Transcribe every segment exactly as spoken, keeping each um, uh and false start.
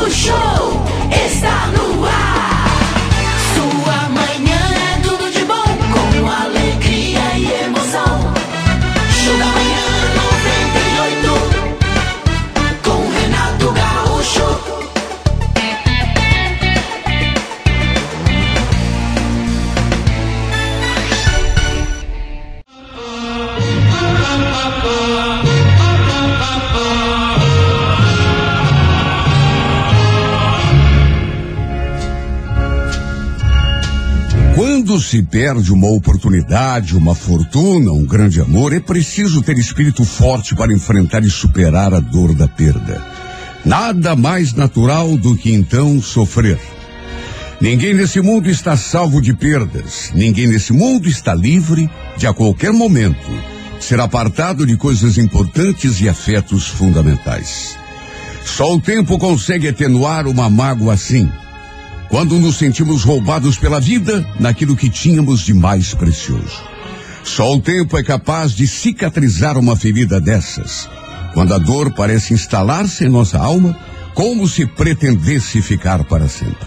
O show está no ar. Sua manhã é tudo de bom, com alegria e emoção. Show da manhã noventa e oito, com Renato Gaúcho. Quando se perde uma oportunidade, uma fortuna, um grande amor, é preciso ter espírito forte para enfrentar e superar a dor da perda. Nada mais natural do que então sofrer. Ninguém nesse mundo está salvo de perdas. Ninguém nesse mundo está livre de, a qualquer momento, ser apartado de coisas importantes e afetos fundamentais. Só o tempo consegue atenuar uma mágoa assim. Quando nos sentimos roubados pela vida naquilo que tínhamos de mais precioso. Só o tempo é capaz de cicatrizar uma ferida dessas. Quando a dor parece instalar-se em nossa alma, como se pretendesse ficar para sempre.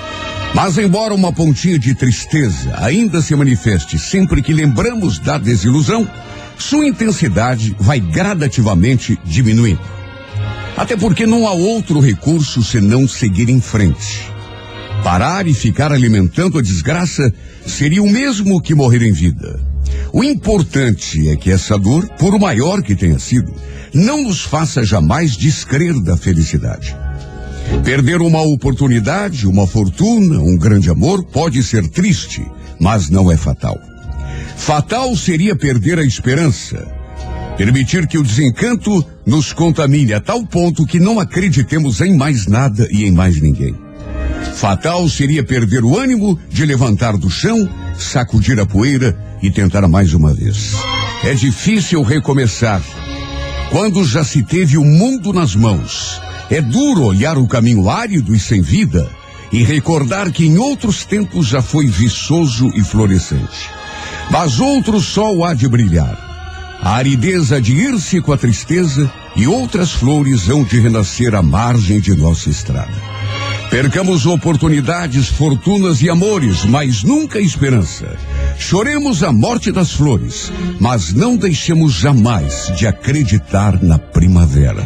Mas embora uma pontinha de tristeza ainda se manifeste sempre que lembramos da desilusão, sua intensidade vai gradativamente diminuindo. Até porque não há outro recurso senão seguir em frente. Parar e ficar alimentando a desgraça seria o mesmo que morrer em vida. O importante é que essa dor, por maior que tenha sido, não nos faça jamais descrer da felicidade. Perder uma oportunidade, uma fortuna, um grande amor pode ser triste, mas não é fatal. Fatal seria perder a esperança. Permitir que o desencanto nos contamine a tal ponto que não acreditemos em mais nada e em mais ninguém. Fatal seria perder o ânimo de levantar do chão, sacudir a poeira e tentar mais uma vez. É difícil recomeçar quando já se teve o mundo nas mãos. É duro olhar o caminho árido e sem vida e recordar que em outros tempos já foi viçoso e florescente. Mas outro sol há de brilhar. A aridez há de ir-se com a tristeza e outras flores hão de renascer à margem de nossa estrada. Percamos oportunidades, fortunas e amores, mas nunca a esperança. Choremos a morte das flores, mas não deixemos jamais de acreditar na primavera.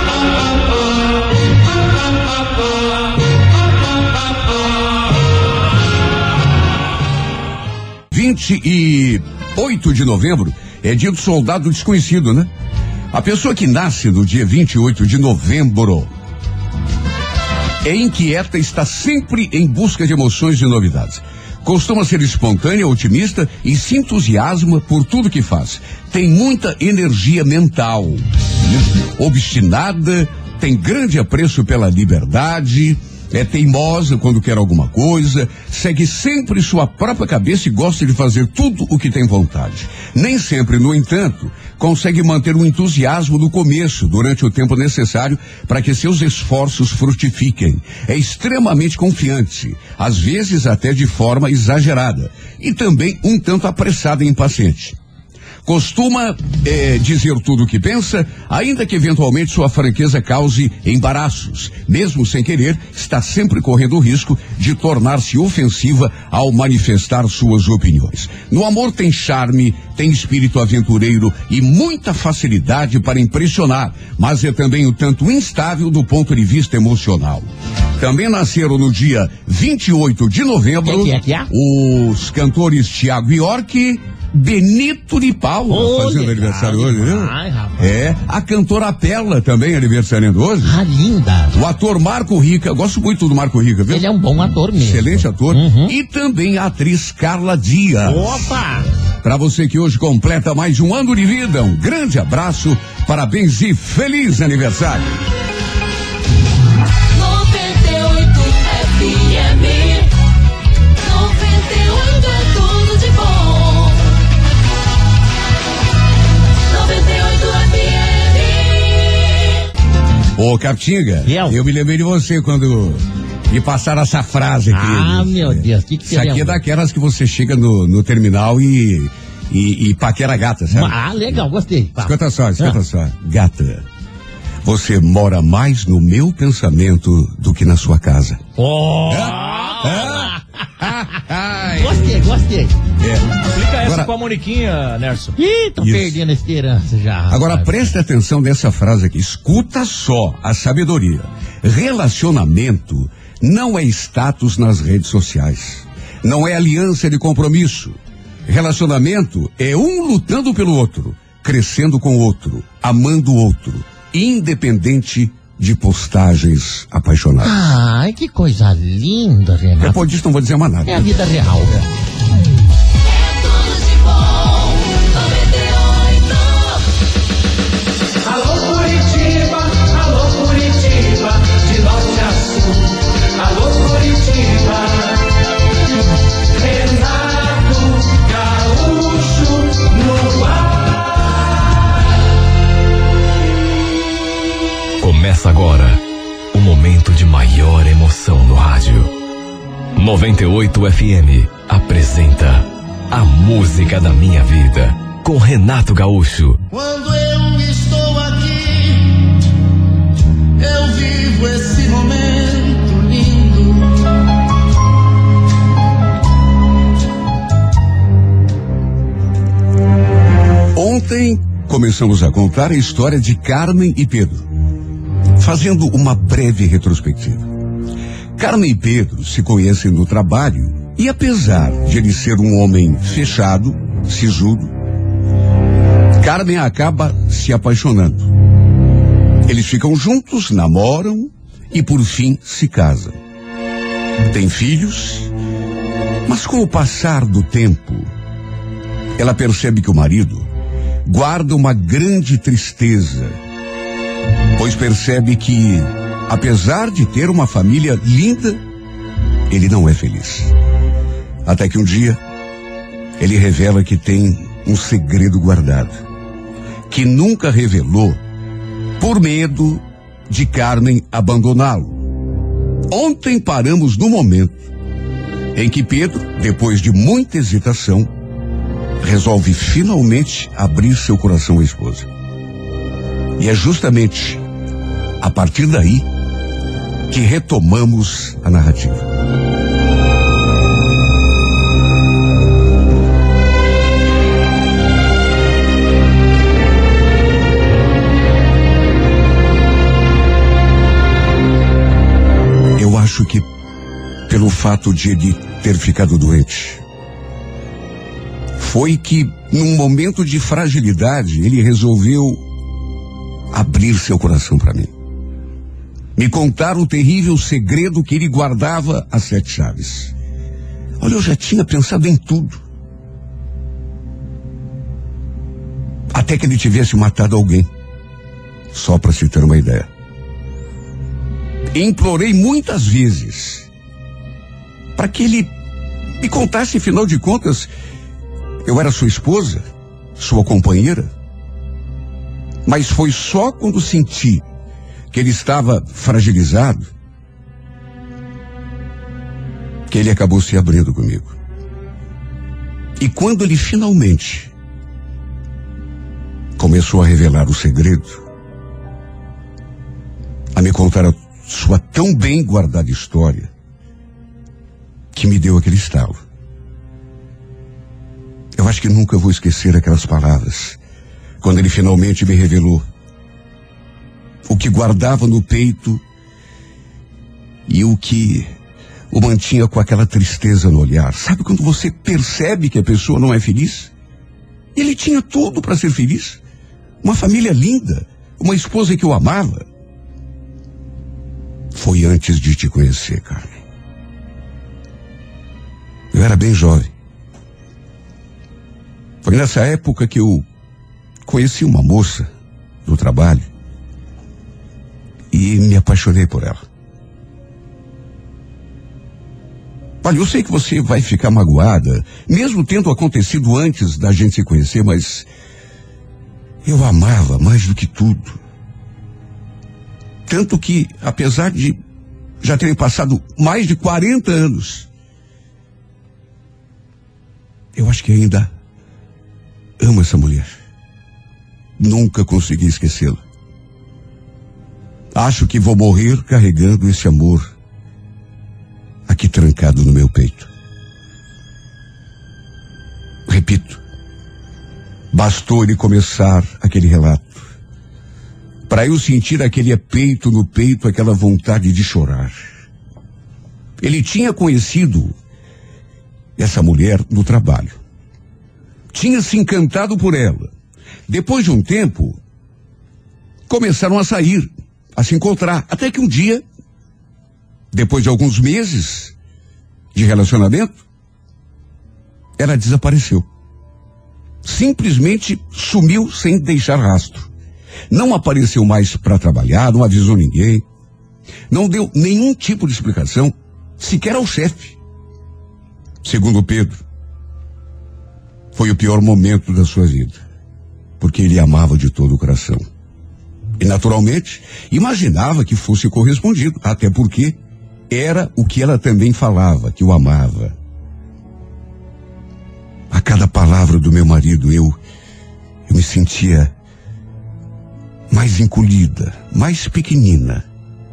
vinte e oito de novembro é dia do soldado desconhecido, né? A pessoa que nasce no dia vinte e oito de novembro é inquieta e está sempre em busca de emoções e novidades. Costuma ser espontânea, otimista e se entusiasma por tudo que faz. Tem muita energia mental, obstinada, tem grande apreço pela liberdade, é teimosa quando quer alguma coisa, segue sempre sua própria cabeça e gosta de fazer tudo o que tem vontade. Nem sempre, no entanto, consegue manter o entusiasmo do começo, durante o tempo necessário para que seus esforços frutifiquem. É extremamente confiante, às vezes até de forma exagerada, e também um tanto apressada e impaciente. Costuma eh, dizer tudo o que pensa, ainda que eventualmente sua franqueza cause embaraços. Mesmo sem querer, está sempre correndo o risco de tornar-se ofensiva ao manifestar suas opiniões. No amor tem charme, tem espírito aventureiro e muita facilidade para impressionar, mas é também um tanto instável do ponto de vista emocional. Também nasceram no dia vinte e oito de novembro que é, que é? os cantores Thiago York, Benito de Paula, oh, fazendo legal, aniversário hoje, viu? É, a cantora Pella também aniversariando hoje. Ah, linda. O ator Marco Rica, gosto muito do Marco Rica, viu? Ele é um bom ator mesmo. Excelente ator. Uhum. E também a atriz Carla Dias. Opa! Pra você que hoje completa mais de um ano de vida, um grande abraço, parabéns e feliz aniversário. noventa e oito F M. noventa e oito é tudo de bom. noventa e oito F M. Ô, Catinga, eu? eu me lembrei de você quando me passaram essa frase aqui. Ah, meu Deus, que que Isso aqui é daquelas que você chega no, no terminal e, e, e paquera a gata, sabe? Ah, legal, gostei. Pá. Escuta só, escuta ah. só. Gata, Você mora mais no meu pensamento do que na sua casa. Oh! Ah, ah, ah, Gostei, gostei. é. Explica essa Agora, com a Moniquinha, Nerson. Ih, tô Isso. perdendo a esperança já. Agora rapaz. preste atenção nessa frase aqui. Escuta só a sabedoria. Relacionamento não é status nas redes sociais. Não é aliança de compromisso. Relacionamento é um lutando pelo outro, crescendo com o outro, amando o outro, independente de postagens apaixonadas. Ai, que coisa linda, Renato. Depois disso não vou dizer mais nada. É a vida real. Alô Curitiba, alô Curitiba, de norte a sul. Alô Curitiba, Renato Gaúcho no ar. Começa agora o momento de maior emoção no rádio. noventa e oito F M apresenta A Música da Minha Vida com Renato Gaúcho. Quando eu estou aqui, eu vivo esse momento lindo. Ontem começamos a contar a história de Carmen e Pedro, fazendo uma breve retrospectiva. Carmen e Pedro se conhecem no trabalho e, apesar de ele ser um homem fechado, sisudo, Carmen acaba se apaixonando. Eles ficam juntos, namoram e por fim se casam. Têm filhos, mas com o passar do tempo, ela percebe que o marido guarda uma grande tristeza, pois percebe que, apesar de ter uma família linda, ele não é feliz. Até que um dia, ele revela que tem um segredo guardado, que nunca revelou por medo de Carmen abandoná-lo. Ontem paramos no momento em que Pedro, depois de muita hesitação, resolve finalmente abrir seu coração à esposa. E é justamente a partir daí que retomamos a narrativa. Eu acho que pelo fato de ele ter ficado doente, foi que num momento de fragilidade ele resolveu abrir seu coração para mim. Me contar o terrível segredo que ele guardava às sete chaves. Olha, eu já tinha pensado em tudo. Até que ele tivesse matado alguém. Só para se ter uma ideia. Implorei muitas vezes para que ele me contasse, afinal de contas, eu era sua esposa, sua companheira. Mas foi só quando senti que ele estava fragilizado que ele acabou se abrindo comigo. E quando ele finalmente começou a revelar o segredo, a me contar a sua tão bem guardada história, que me deu aquele estalo. Eu acho que nunca vou esquecer aquelas palavras, quando ele finalmente me revelou o que guardava no peito e o que o mantinha com aquela tristeza no olhar. Sabe quando você percebe que a pessoa não é feliz? Ele tinha tudo para ser feliz. Uma família linda, uma esposa que o amava. Foi antes de te conhecer, Carmen. Eu era bem jovem. Foi nessa época que eu conheci uma moça do trabalho e me apaixonei por ela. Olha, eu sei que você vai ficar magoada, mesmo tendo acontecido antes da gente se conhecer, mas eu amava mais do que tudo. Tanto que, apesar de já terem passado mais de quarenta anos, eu acho que ainda amo essa mulher. Nunca consegui esquecê-la. Acho que vou morrer carregando esse amor aqui trancado no meu peito. Repito, bastou ele começar aquele relato para eu sentir aquele peito no peito, aquela vontade de chorar. Ele tinha conhecido essa mulher no trabalho. Tinha se encantado por ela. Depois de um tempo, começaram a sair, a se encontrar. Até que um dia, depois de alguns meses de relacionamento, ela desapareceu. Simplesmente sumiu sem deixar rastro. Não apareceu mais para trabalhar, não avisou ninguém. Não deu nenhum tipo de explicação, sequer ao chefe. Segundo Pedro, foi o pior momento da sua vida, porque ele amava de todo o coração. E naturalmente, imaginava que fosse correspondido, até porque era o que ela também falava, que o amava. A cada palavra do meu marido, eu, eu me sentia mais encolhida, mais pequenina.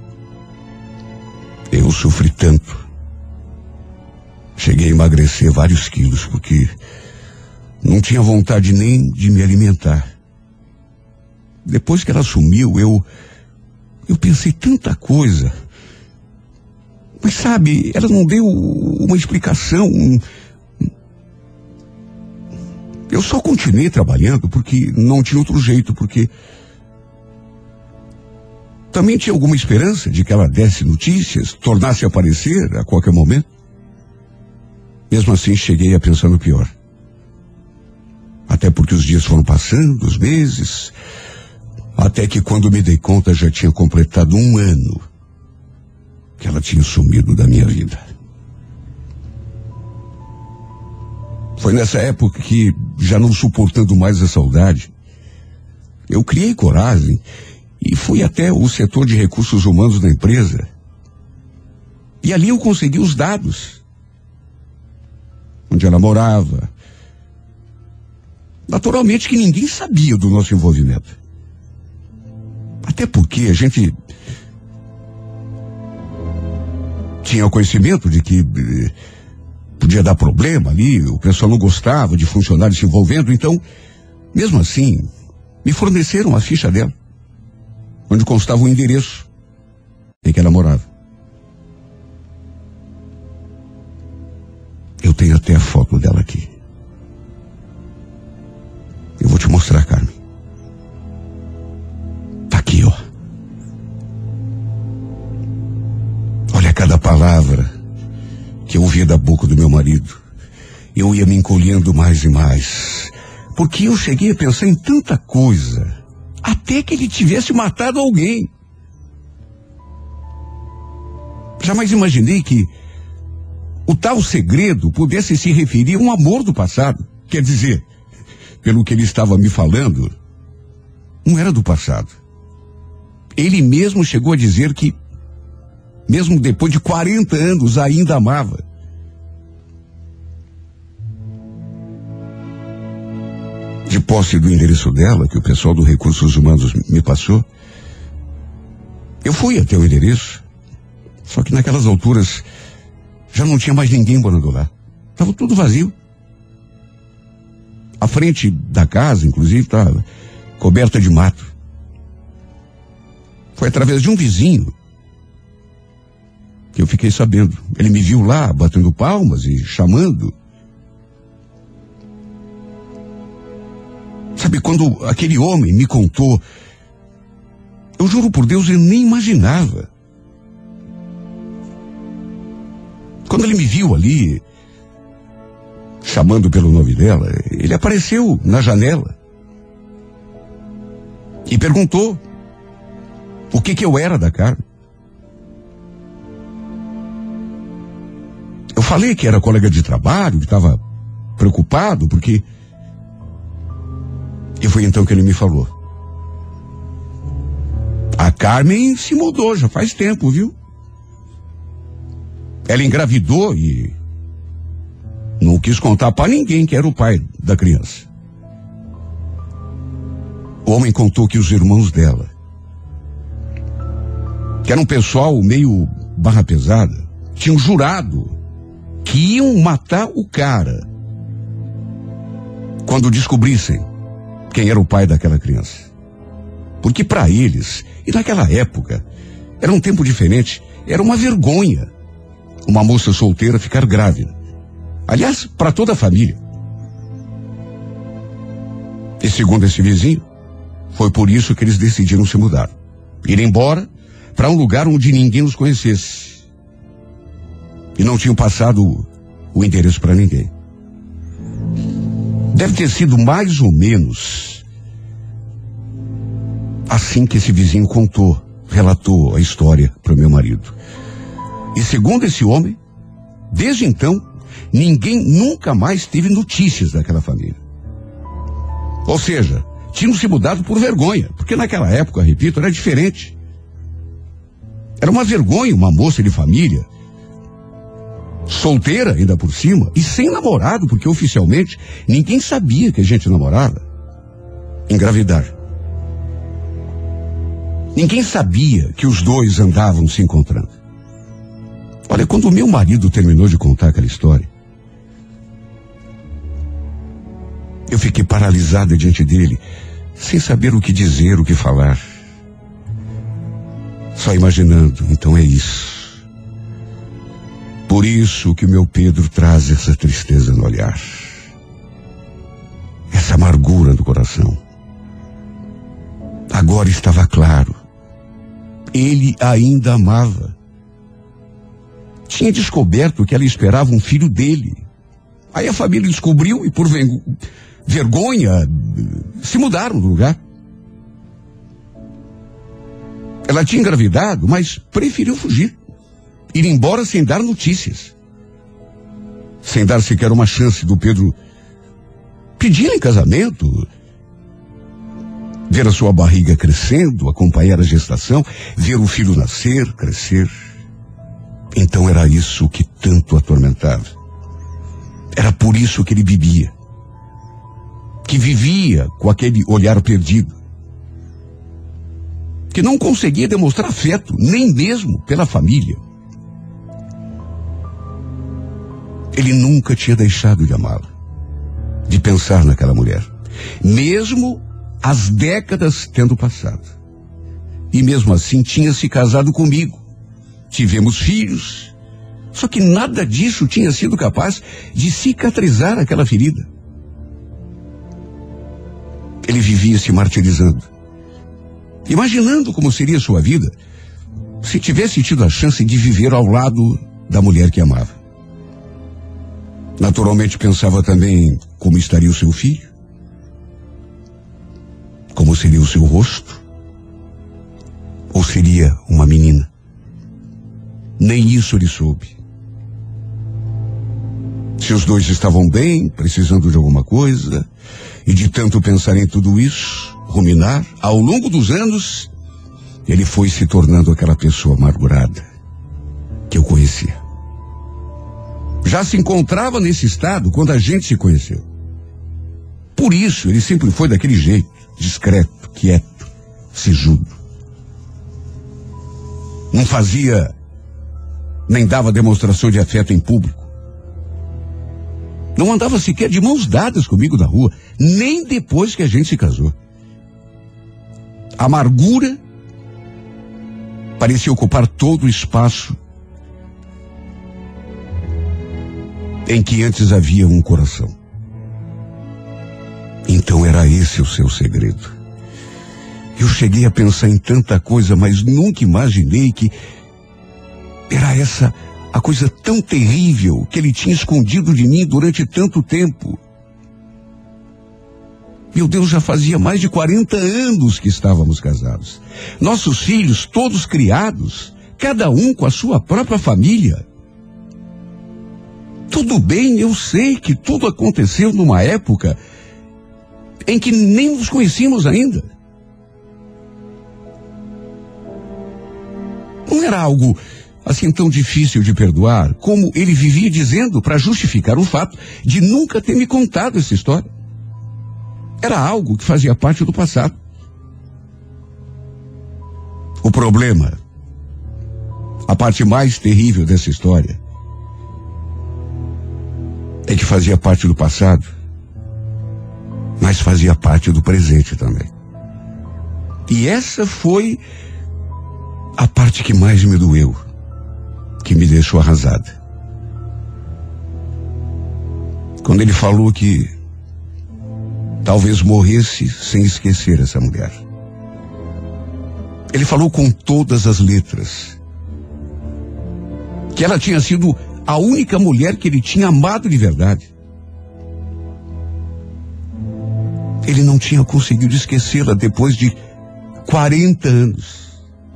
Eu sofri tanto. Cheguei a emagrecer vários quilos, porque não tinha vontade nem de me alimentar. Depois que ela sumiu, eu, eu pensei tanta coisa. Mas sabe, ela não deu uma explicação. Eu só continuei trabalhando porque não tinha outro jeito, porque também tinha alguma esperança de que ela desse notícias, tornasse a aparecer a qualquer momento. Mesmo assim, cheguei a pensar no pior. Até porque os dias foram passando, os meses, até que quando me dei conta já tinha completado um ano que ela tinha sumido da minha vida. Foi nessa época que, já não suportando mais a saudade, eu criei coragem e fui até o setor de recursos humanos da empresa. E ali eu consegui os dados. Onde ela morava. Naturalmente que ninguém sabia do nosso envolvimento. Até porque a gente tinha conhecimento de que eh, podia dar problema ali, o pessoal não gostava de funcionários se envolvendo, então, mesmo assim, me forneceram a ficha dela, onde constava o endereço em que ela morava. Eu tenho até a foto dela aqui. Eu vou te mostrar, Carmen. Tá aqui, ó. Olha cada palavra que eu ouvia da boca do meu marido. Eu ia me encolhendo mais e mais, porque eu cheguei a pensar em tanta coisa, até que ele tivesse matado alguém. Jamais imaginei que o tal segredo pudesse se referir a um amor do passado. Quer dizer, pelo que ele estava me falando, não era do passado. Ele mesmo chegou a dizer que, mesmo depois de quarenta anos, ainda amava. De posse do endereço dela, que o pessoal do Recursos Humanos me passou, eu fui até o endereço, só que naquelas alturas já não tinha mais ninguém morando lá. Estava tudo vazio. A frente da casa, inclusive, estava coberta de mato. Foi através de um vizinho que eu fiquei sabendo. Ele me viu lá, batendo palmas e chamando. Sabe, quando aquele homem me contou, eu juro por Deus, eu nem imaginava. Quando ele me viu ali, chamando pelo nome dela, ele apareceu na janela e perguntou o que que eu era da Carmen. Eu falei que era colega de trabalho, que estava preocupado, porque... E foi então que ele me falou: a Carmen se mudou já faz tempo, viu? Ela engravidou e não quis contar para ninguém que era o pai da criança. O homem contou que os irmãos dela que era um pessoal meio barra pesada, tinham jurado que iam matar o cara quando descobrissem quem era o pai daquela criança. Porque para eles, e naquela época, era um tempo diferente, era uma vergonha uma moça solteira ficar grávida. Aliás, para toda a família. E segundo esse vizinho, foi por isso que eles decidiram se mudar. Ir embora para um lugar onde ninguém os conhecesse. E não tinham passado o endereço para ninguém. Deve ter sido mais ou menos assim que esse vizinho contou, relatou a história para o meu marido. E segundo esse homem, desde então, ninguém nunca mais teve notícias daquela família. Ou seja, tinham se mudado por vergonha, porque naquela época, repito, era diferente. Era uma vergonha uma moça de família, solteira ainda por cima, e sem namorado, porque oficialmente ninguém sabia que a gente namorava, engravidar. Ninguém sabia que os dois andavam se encontrando. Olha, quando o meu marido terminou de contar aquela história, eu fiquei paralisada diante dele, sem saber o que dizer, o que falar. Só imaginando, então é isso. Por isso que o meu Pedro traz essa tristeza no olhar. Essa amargura no coração. Agora estava claro. Ele ainda amava. Tinha descoberto que ela esperava um filho dele. Aí a família descobriu e por vergonha se mudaram do lugar. Ela tinha engravidado, mas preferiu fugir. Ir embora sem dar notícias. Sem dar sequer uma chance do Pedro pedir em casamento. Ver a sua barriga crescendo, acompanhar a gestação, ver o filho nascer, crescer. Então era isso que tanto atormentava. Era por isso que ele bebia. Que vivia com aquele olhar perdido. Que não conseguia demonstrar afeto, nem mesmo pela família. Ele nunca tinha deixado de amá-la, de pensar naquela mulher. Mesmo as décadas tendo passado. E mesmo assim tinha se casado comigo. Tivemos filhos. Só que nada disso tinha sido capaz de cicatrizar aquela ferida. Ele vivia se martirizando. Imaginando como seria sua vida se tivesse tido a chance de viver ao lado da mulher que amava. Naturalmente pensava também como estaria o seu filho. Como seria o seu rosto? Ou seria uma menina? Nem isso ele soube. Se os dois estavam bem, precisando de alguma coisa, e de tanto pensar em tudo isso, ruminar, ao longo dos anos, ele foi se tornando aquela pessoa amargurada que eu conhecia. Já se encontrava nesse estado quando a gente se conheceu. Por isso, ele sempre foi daquele jeito, discreto, quieto, sisudo. Não fazia, nem dava demonstração de afeto em público. Não andava sequer de mãos dadas comigo na rua, nem depois que a gente se casou. A amargura parecia ocupar todo o espaço em que antes havia um coração. Então era esse o seu segredo. Eu cheguei a pensar em tanta coisa, mas nunca imaginei que era essa a coisa tão terrível que ele tinha escondido de mim durante tanto tempo. Meu Deus, já fazia mais de quarenta anos que estávamos casados. Nossos filhos todos criados, cada um com a sua própria família. Tudo bem, eu sei que tudo aconteceu numa época em que nem nos conhecíamos ainda. Não era algo assim tão difícil de perdoar, como ele vivia dizendo para justificar o fato de nunca ter me contado essa história. Era algo que fazia parte do passado. O problema A parte mais terrível dessa história é que fazia parte do passado, mas fazia parte do presente também. E essa foi a parte que mais me doeu, que me deixou arrasada. Quando ele falou que talvez morresse sem esquecer essa mulher. Ele falou com todas as letras que ela tinha sido a única mulher que ele tinha amado de verdade. Ele não tinha conseguido esquecê-la depois de quarenta anos.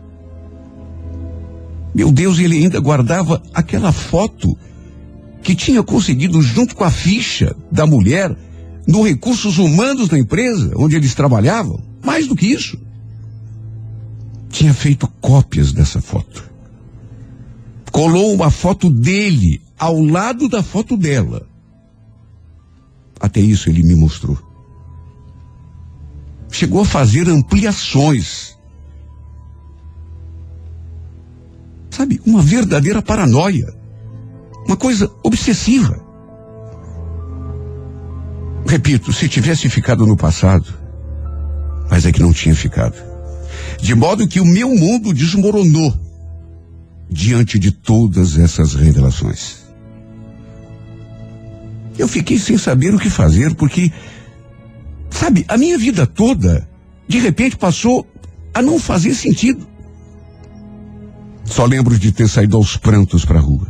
Meu Deus, ele ainda guardava aquela foto que tinha conseguido junto com a ficha da mulher no Recursos Humanos da empresa onde eles trabalhavam. Mais do que isso, tinha feito cópias dessa foto. Colou uma foto dele ao lado da foto dela. Até isso ele me mostrou. Chegou a fazer ampliações. Sabe, uma verdadeira paranoia. Uma coisa obsessiva. Repito, se tivesse ficado no passado, mas é que não tinha ficado. De modo que o meu mundo desmoronou diante de todas essas revelações. Eu fiquei sem saber o que fazer, porque, sabe, a minha vida toda, de repente, passou a não fazer sentido. Só lembro de ter saído aos prantos para a rua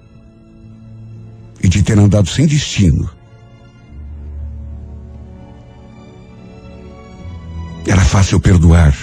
e de ter andado sem destino. Era fácil perdoar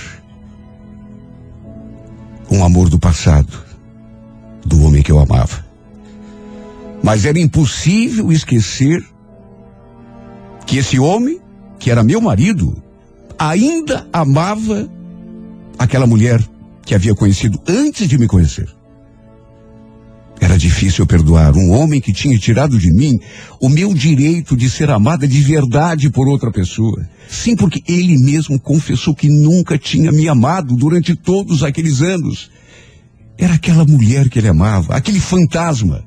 um amor do passado, do homem que eu amava. Mas era impossível esquecer que esse homem, que era meu marido, ainda amava aquela mulher que havia conhecido antes de me conhecer. Era difícil perdoar um homem que tinha tirado de mim o meu direito de ser amada de verdade por outra pessoa. Sim, porque ele mesmo confessou que nunca tinha me amado durante todos aqueles anos. Era aquela mulher que ele amava, aquele fantasma.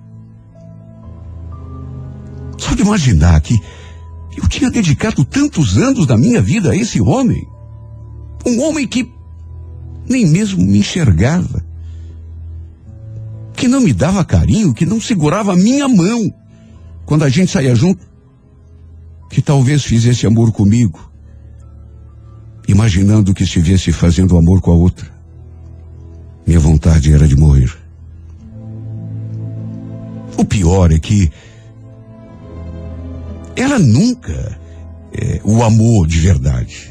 Só de imaginar que eu tinha dedicado tantos anos da minha vida a esse homem. Um homem que nem mesmo me enxergava, que não me dava carinho, que não segurava a minha mão quando a gente saía junto, que talvez fizesse amor comigo, imaginando que estivesse fazendo amor com a outra. Minha vontade era de morrer. O pior é que ela nunca é, o amou de verdade.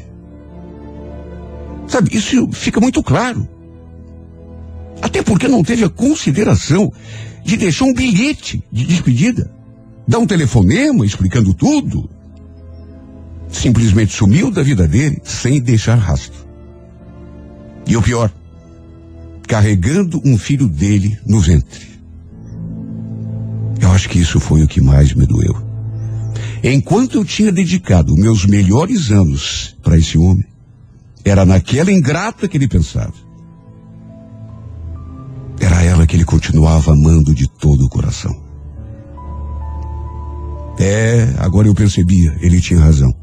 Sabe, isso fica muito claro. Até porque não teve a consideração de deixar um bilhete de despedida, dar um telefonema explicando tudo. Simplesmente sumiu da vida dele sem deixar rastro. E o pior, carregando um filho dele no ventre. Eu acho que isso foi o que mais me doeu. Enquanto eu tinha dedicado meus melhores anos para esse homem, era naquela ingrata que ele pensava. Era ela que ele continuava amando de todo o coração. É, agora eu percebia, ele tinha razão.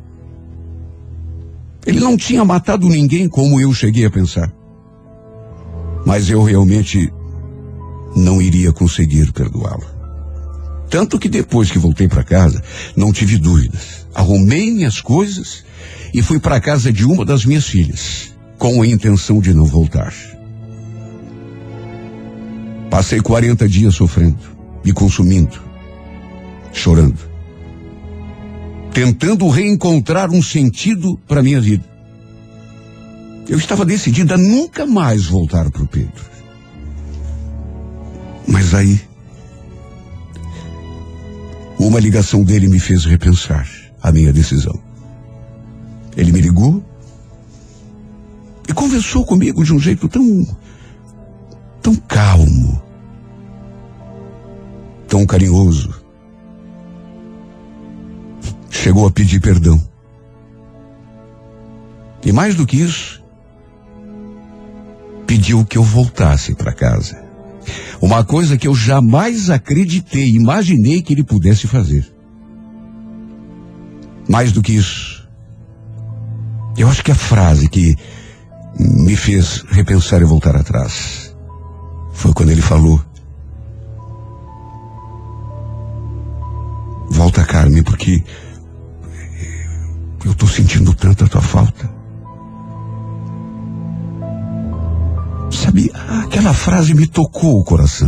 Ele não tinha matado ninguém como eu cheguei a pensar. Mas eu realmente não iria conseguir perdoá-lo. Tanto que depois que voltei para casa, não tive dúvidas. Arrumei minhas coisas e fui para a casa de uma das minhas filhas, com a intenção de não voltar. Passei quarenta dias sofrendo, me consumindo, chorando, tentando reencontrar um sentido para minha vida. Eu estava decidida a nunca mais voltar para o Pedro. Mas aí, uma ligação dele me fez repensar a minha decisão. Ele me ligou e conversou comigo de um jeito tão, tão calmo, tão carinhoso. Chegou a pedir perdão. E mais do que isso, pediu que eu voltasse para casa. Uma coisa que eu jamais acreditei, imaginei que ele pudesse fazer. Mais do que isso, eu acho que a frase que me fez repensar e voltar atrás foi quando ele falou: volta, Carmen, porque eu tô sentindo tanto a tua falta. Sabe, aquela frase me tocou o coração.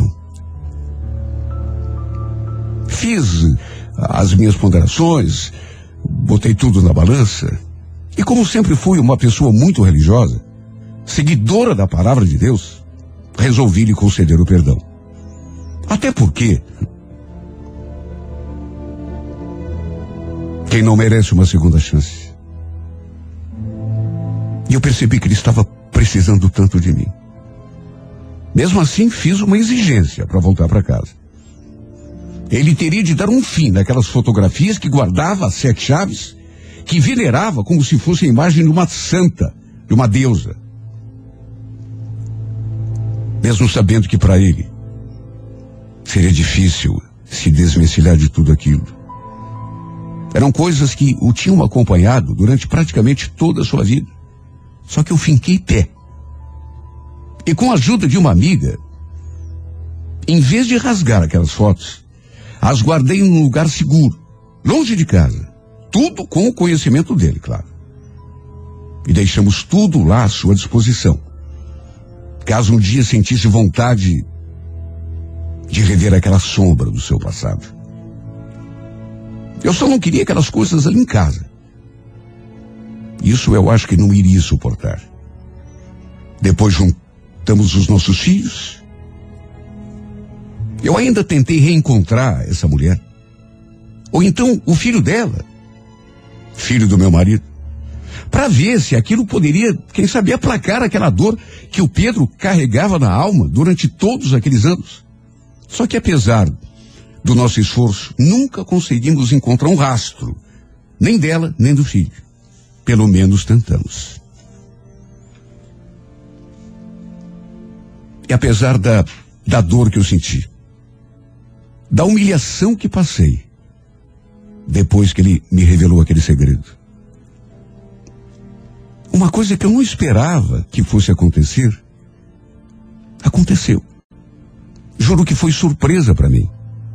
Fiz as minhas ponderações, botei tudo na balança, e como sempre fui uma pessoa muito religiosa, seguidora da palavra de Deus, resolvi lhe conceder o perdão. Até porque quem não merece uma segunda chance? E eu percebi que ele estava precisando tanto de mim. Mesmo assim, fiz uma exigência para voltar para casa. Ele teria de dar um fim naquelas fotografias que guardava às sete chaves, que venerava como se fosse a imagem de uma santa, de uma deusa. Mesmo sabendo que para ele seria difícil se desvencilhar de tudo aquilo. Eram coisas que o tinham acompanhado durante praticamente toda a sua vida. Só que eu finquei pé. E com a ajuda de uma amiga, em vez de rasgar aquelas fotos, as guardei em um lugar seguro, longe de casa. Tudo com o conhecimento dele, claro. E deixamos tudo lá à sua disposição. Caso um dia sentisse vontade de rever aquela sombra do seu passado. Eu só não queria aquelas coisas ali em casa. Isso eu acho que não iria suportar. Depois juntamos os nossos filhos. Eu ainda tentei reencontrar essa mulher. Ou então o filho dela, filho do meu marido, para ver se aquilo poderia, quem sabe, aplacar aquela dor que o Pedro carregava na alma durante todos aqueles anos. Só que apesar do nosso esforço, nunca conseguimos encontrar um rastro, nem dela, nem do filho. Pelo menos tentamos. E apesar da, da dor que eu senti, da humilhação que passei, depois que ele me revelou aquele segredo, uma coisa que eu não esperava que fosse acontecer, aconteceu. Juro que foi surpresa para mim.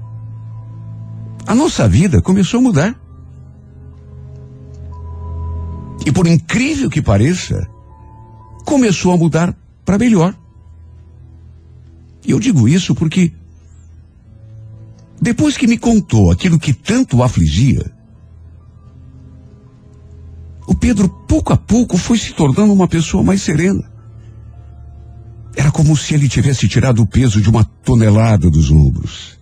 A nossa vida começou a mudar. E por incrível que pareça, começou a mudar para melhor. E eu digo isso porque, depois que me contou aquilo que tanto o afligia, o Pedro, pouco a pouco, foi se tornando uma pessoa mais serena. Era como se ele tivesse tirado o peso de uma tonelada dos ombros.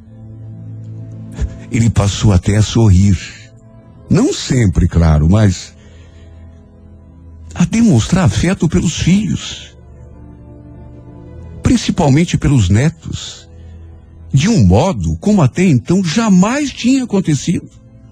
Ele passou até a sorrir. Não sempre, claro, mas a demonstrar afeto pelos filhos. Principalmente pelos netos. De um modo como até então jamais tinha acontecido.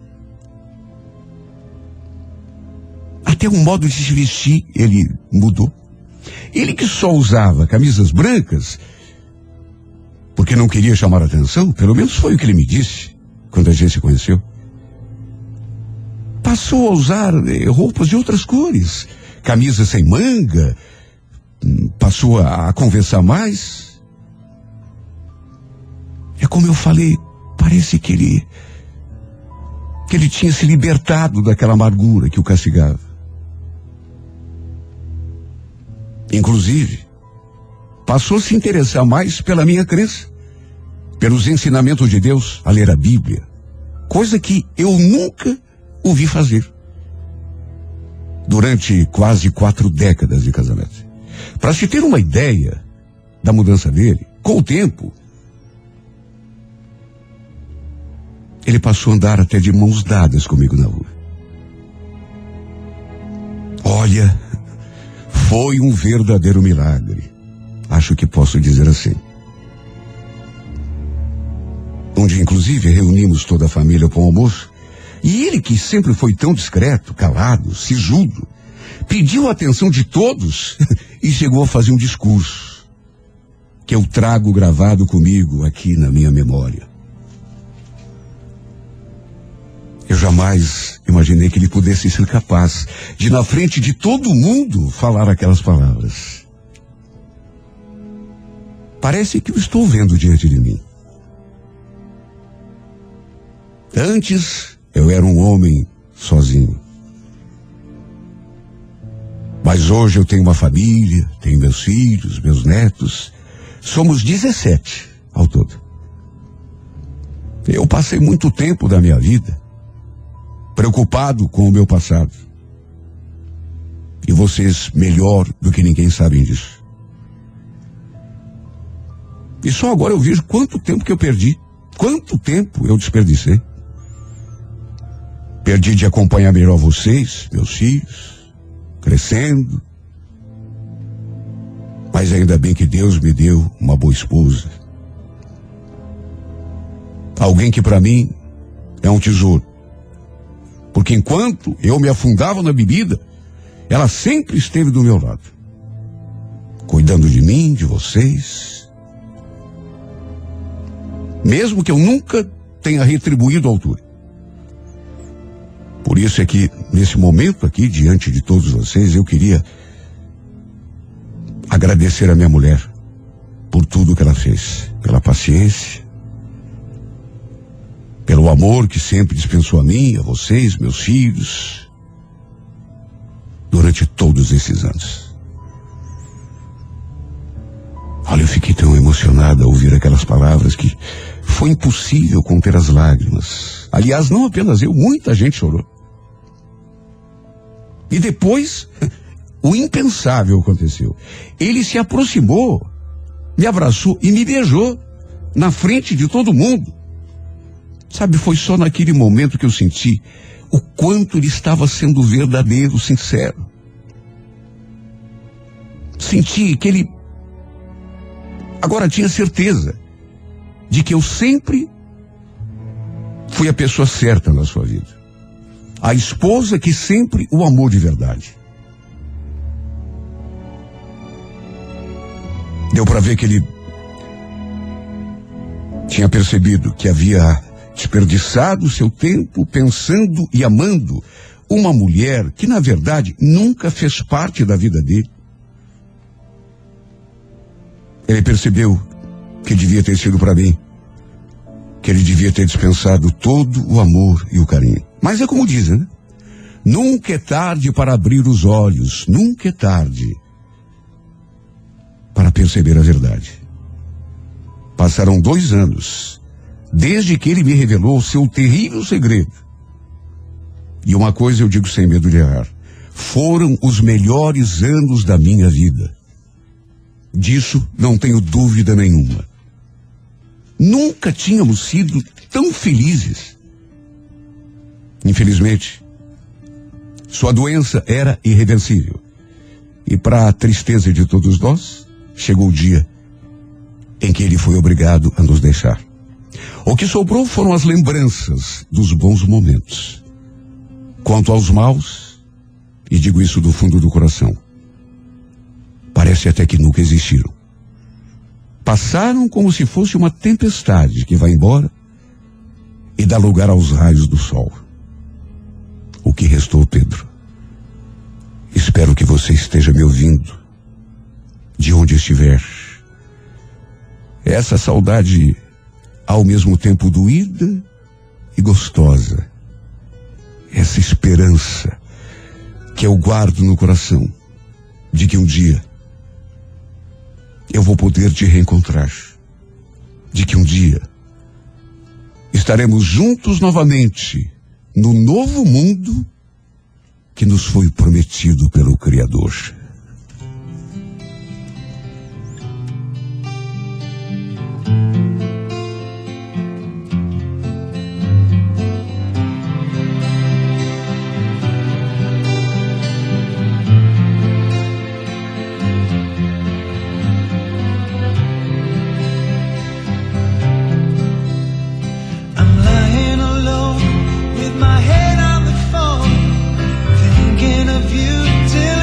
Até o modo de se vestir ele mudou. Ele que só usava camisas brancas porque não queria chamar a atenção, pelo menos foi o que ele me disse quando a gente se conheceu. Passou a usar eh, roupas de outras cores, camisas sem manga, passou a, a conversar mais. É como eu falei, parece que ele que ele tinha se libertado daquela amargura que o castigava. Inclusive, passou a se interessar mais pela minha crença, pelos ensinamentos de Deus, a ler a Bíblia, coisa que eu nunca o vi fazer durante quase quatro décadas de casamento. Para se ter uma ideia da mudança dele, com o tempo, ele passou a andar até de mãos dadas comigo na rua. Olha, foi um verdadeiro milagre. Acho que posso dizer assim. Onde, inclusive, reunimos toda a família para o almoço. E ele, que sempre foi tão discreto, calado, sisudo, pediu a atenção de todos e chegou a fazer um discurso que eu trago gravado comigo aqui na minha memória. Eu jamais imaginei que ele pudesse ser capaz de, na frente de todo mundo, falar aquelas palavras. Parece que eu estou vendo diante de mim. Antes, eu era um homem sozinho. Mas hoje eu tenho uma família, tenho meus filhos, meus netos. Somos dezessete ao todo. Eu passei muito tempo da minha vida preocupado com o meu passado. E vocês, melhor do que ninguém, sabem disso. E só agora eu vejo quanto tempo que eu perdi. Quanto tempo eu desperdicei. Perdi de acompanhar melhor vocês, meus filhos, crescendo. Mas ainda bem que Deus me deu uma boa esposa. Alguém que para mim é um tesouro. Porque enquanto eu me afundava na bebida, ela sempre esteve do meu lado. Cuidando de mim, de vocês. Mesmo que eu nunca tenha retribuído a altura. Por isso é que, nesse momento aqui, diante de todos vocês, eu queria agradecer a minha mulher por tudo que ela fez. Pela paciência, pelo amor que sempre dispensou a mim, a vocês, meus filhos, durante todos esses anos. Olha, eu fiquei tão emocionado ao ouvir aquelas palavras que foi impossível conter as lágrimas. Aliás, não apenas eu, muita gente chorou. E depois, o impensável aconteceu. Ele se aproximou, me abraçou e me beijou na frente de todo mundo. Sabe, foi só naquele momento que eu senti o quanto ele estava sendo verdadeiro, sincero. Senti que ele agora tinha certeza de que eu sempre fui a pessoa certa na sua vida. A esposa que sempre o amou de verdade. Deu para ver que ele tinha percebido que havia desperdiçado seu tempo pensando e amando uma mulher que, na verdade, nunca fez parte da vida dele. Ele percebeu que devia ter sido para mim, que ele devia ter dispensado todo o amor e o carinho. Mas é como dizem, né? Nunca é tarde para abrir os olhos, nunca é tarde para perceber a verdade. Passaram dois anos desde que ele me revelou o seu terrível segredo. E uma coisa eu digo sem medo de errar: foram os melhores anos da minha vida. Disso não tenho dúvida nenhuma. Nunca tínhamos sido tão felizes. Infelizmente, sua doença era irreversível. E para a tristeza de todos nós, chegou o dia em que ele foi obrigado a nos deixar. O que sobrou foram as lembranças dos bons momentos. Quanto aos maus, e digo isso do fundo do coração, parece até que nunca existiram. Passaram como se fosse uma tempestade que vai embora e dá lugar aos raios do sol. O que restou, Pedro? Espero que você esteja me ouvindo, de onde estiver. Essa saudade, ao mesmo tempo doída e gostosa. Essa esperança que eu guardo no coração, de que um dia eu vou poder te reencontrar. De que um dia estaremos juntos novamente no novo mundo que nos foi prometido pelo Criador. My head on the phone, thinking of you till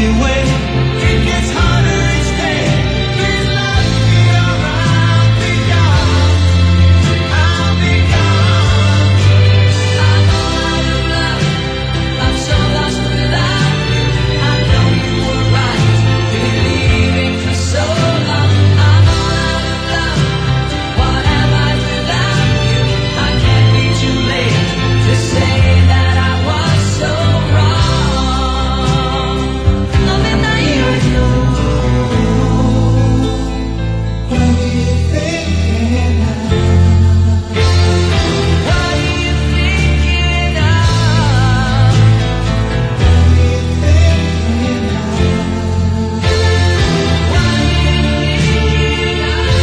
easy way. It gets harder each day. Please let me around. Be gone. I'll be gone. I'm all out of love. I'm so lost without you. I know you were right, believing for so long. I'm all out of love. What am I without you? I can't be too late to say that I was so wrong. Loving that you do. What are you thinking of? What are you thinking of? What are you thinking of? What are you thinking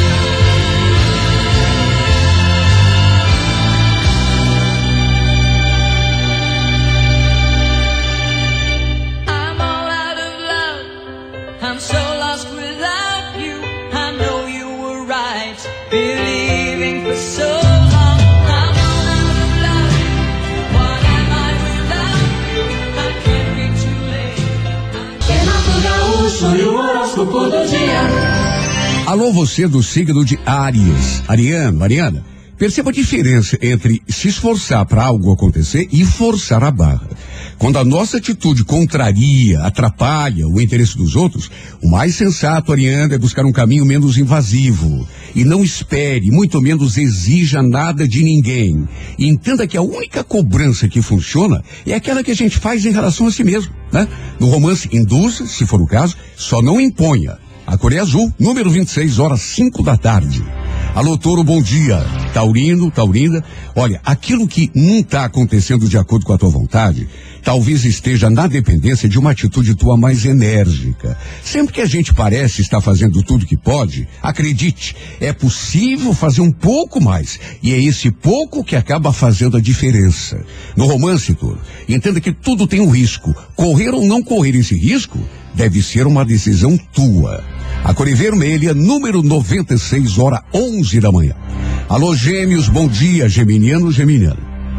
of? I'm all out of love. I'm so lost without you. I know you were right, believing for so long. I'm all out of love. What am I without you? I can't be too late. Renato Gaúcho e o horóscopo do dia. Alô, você do signo de Áries. Ariano, Ariana, perceba a diferença entre se esforçar para algo acontecer e forçar a barra. Quando a nossa atitude contraria, atrapalha o interesse dos outros, o mais sensato, Ariana, é buscar um caminho menos invasivo. E não espere, muito menos exija nada de ninguém. E entenda que a única cobrança que funciona é aquela que a gente faz em relação a si mesmo, né? No romance, induza, se for o caso, só não imponha. A cor é azul, número vinte e seis, horas cinco da tarde. Alô, Touro, bom dia. Taurino, Taurina, olha, aquilo que não está acontecendo de acordo com a tua vontade, talvez esteja na dependência de uma atitude tua mais enérgica. Sempre que a gente parece estar fazendo tudo que pode, acredite, é possível fazer um pouco mais. E é esse pouco que acaba fazendo a diferença. No romance, Touro, entenda que tudo tem um risco. Correr ou não correr esse risco deve ser uma decisão tua. A cor é vermelha, número noventa e seis, hora onze da manhã. Alô, Gêmeos, bom dia, geminiano, geminiano.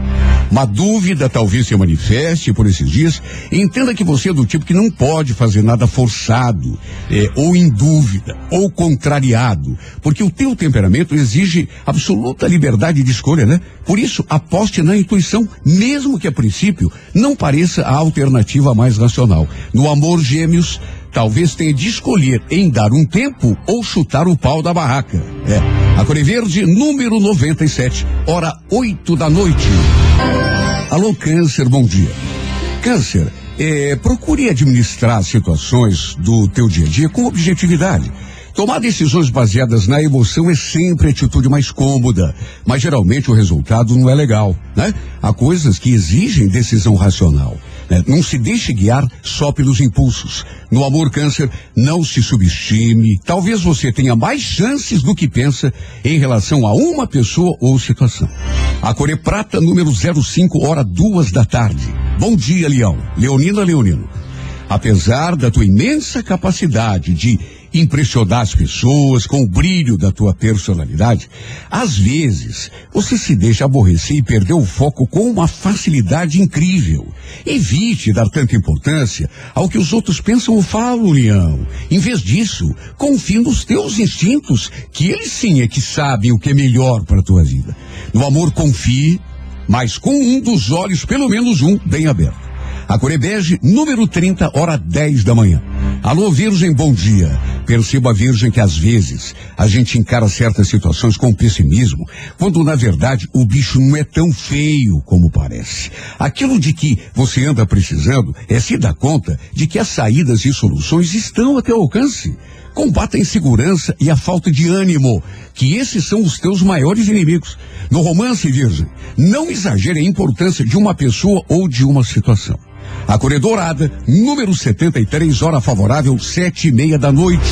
Uma dúvida talvez se manifeste por esses dias. Entenda que você é do tipo que não pode fazer nada forçado, é, ou em dúvida, ou contrariado, porque o teu temperamento exige absoluta liberdade de escolha, né? Por isso, aposte na intuição, mesmo que a princípio não pareça a alternativa mais racional. No amor, Gêmeos, talvez tenha de escolher em dar um tempo ou chutar o pau da barraca. É. A cor é verde, número noventa e sete, hora oito da noite. Alô, Câncer, bom dia. Câncer, é, procure administrar as situações do teu dia a dia com objetividade. Tomar decisões baseadas na emoção é sempre a atitude mais cômoda, mas geralmente o resultado não é legal, né? Há coisas que exigem decisão racional, né? Não se deixe guiar só pelos impulsos. No amor, Câncer, não se subestime. Talvez você tenha mais chances do que pensa em relação a uma pessoa ou situação. A cor é prata, número zero cinco, hora duas da tarde. Bom dia, Leão. Leonina, Leonino. Apesar da tua imensa capacidade de impressionar as pessoas com o brilho da tua personalidade, às vezes você se deixa aborrecer e perder o foco com uma facilidade incrível. Evite dar tanta importância ao que os outros pensam ou falam, Leão. Em vez disso, confie nos teus instintos, que eles sim é que sabem o que é melhor para a tua vida. No amor, confie, mas com um dos olhos, pelo menos um, bem aberto. A cor é bege, número trinta, hora dez da manhã. Alô, Virgem, bom dia. Perceba, Virgem, que às vezes a gente encara certas situações com pessimismo, quando na verdade o bicho não é tão feio como parece. Aquilo de que você anda precisando é se dar conta de que as saídas e soluções estão a teu alcance. Combata a insegurança e a falta de ânimo, que esses são os teus maiores inimigos. No romance, Virgem, não exagere a importância de uma pessoa ou de uma situação. A cor é dourada, número setenta e três, hora favorável, sete e meia da noite.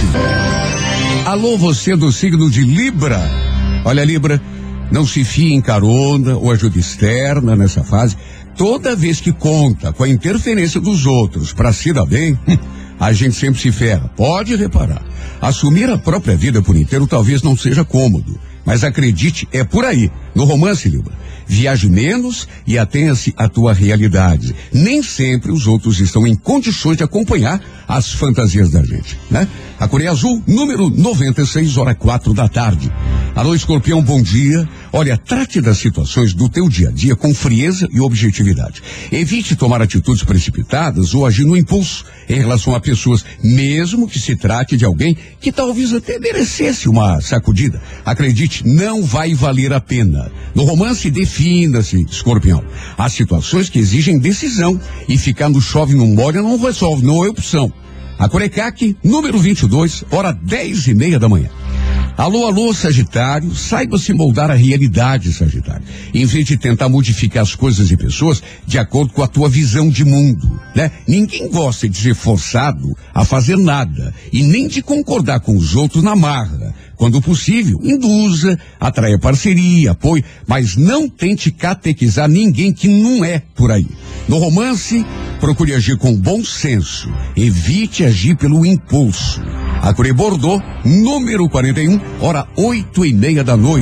Alô, você do signo de Libra. Olha, Libra, não se fie em carona ou ajuda externa nessa fase. Toda vez que conta com a interferência dos outros para se dar bem, a gente sempre se ferra. Pode reparar. Assumir a própria vida por inteiro talvez não seja cômodo, Mas acredite, é por aí. No romance, Libra, viaje menos e atenha-se à tua realidade. Nem sempre os outros estão em condições de acompanhar as fantasias da gente, né? A Coreia Azul, número noventa e seis, hora quatro da tarde. Alô, Escorpião, bom dia. Olha, trate das situações do teu dia a dia com frieza e objetividade. Evite tomar atitudes precipitadas ou agir no impulso em relação a pessoas, mesmo que se trate de alguém que talvez até merecesse uma sacudida. Acredite, não vai valer a pena. No romance, defina-se, Escorpião. Há situações que exigem decisão e ficar no chove não molha não resolve, não é opção. A Corecac, número vinte e dois, hora dez e meia da manhã. Alô, alô, Sagitário, saiba se moldar a realidade, Sagitário. Em vez de tentar modificar as coisas e pessoas de acordo com a tua visão de mundo, né? Ninguém gosta de ser forçado a fazer nada e nem de concordar com os outros na marra. Quando possível, induza, atraia parceria, apoio, mas não tente catequizar ninguém que não é por aí. No romance, procure agir com bom senso, evite agir pelo impulso. A Coreia Bordeaux, número quarenta e um, hora oito e meia da noite.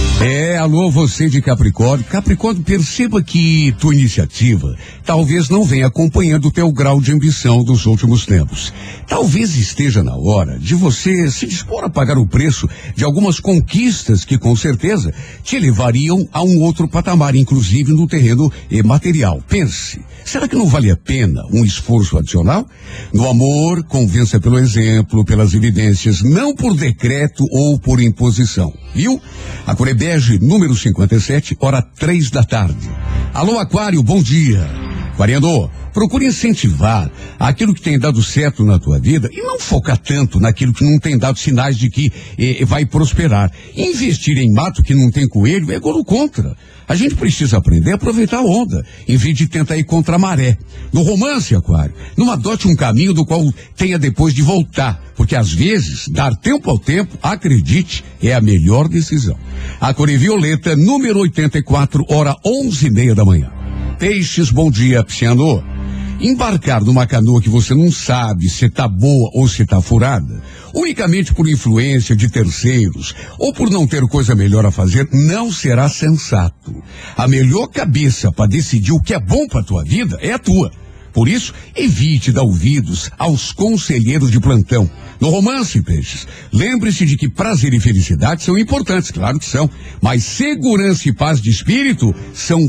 É, alô, você de Capricórnio. Capricórnio, perceba que tua iniciativa talvez não venha acompanhando o teu grau de ambição dos últimos tempos. Talvez esteja na hora de você se dispor a pagar o preço de algumas conquistas que com certeza te levariam a um outro patamar, inclusive no terreno eh, material. Pense, será que não vale a pena um esforço adicional? No amor, convença pelo exemplo, pelas evidências, não por decreto ou por imposição. Viu? A Corebege, número cinquenta e sete, hora três da tarde. Alô, Aquário, bom dia. Aquariano, procure incentivar aquilo que tem dado certo na tua vida e não focar tanto naquilo que não tem dado sinais de que eh, vai prosperar. Investir em mato que não tem coelho é golo contra. A gente precisa aprender a aproveitar a onda, em vez de tentar ir contra a maré. No romance, Aquário, não adote um caminho do qual tenha depois de voltar, porque às vezes, dar tempo ao tempo, acredite, é a melhor decisão. A Coreia Violeta, número oitenta e quatro, hora onze e meia da manhã. Peixes, bom dia, Pisciano. Embarcar numa canoa que você não sabe se tá boa ou se tá furada, unicamente por influência de terceiros ou por não ter coisa melhor a fazer, não será sensato. A melhor cabeça para decidir o que é bom para tua vida é a tua. Por isso, evite dar ouvidos aos conselheiros de plantão. No romance, Peixes, lembre-se de que prazer e felicidade são importantes, claro que são, mas segurança e paz de espírito são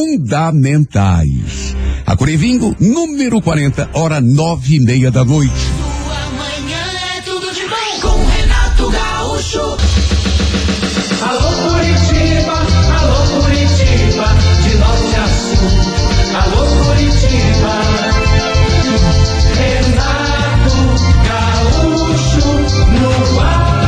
fundamentais. A Corevingo, número quarenta, hora nove e meia da noite. Sua manhã é tudo de bom com Renato Gaúcho. Alô Curitiba, alô Curitiba, de norte a sul. Alô Curitiba, Renato Gaúcho no ar.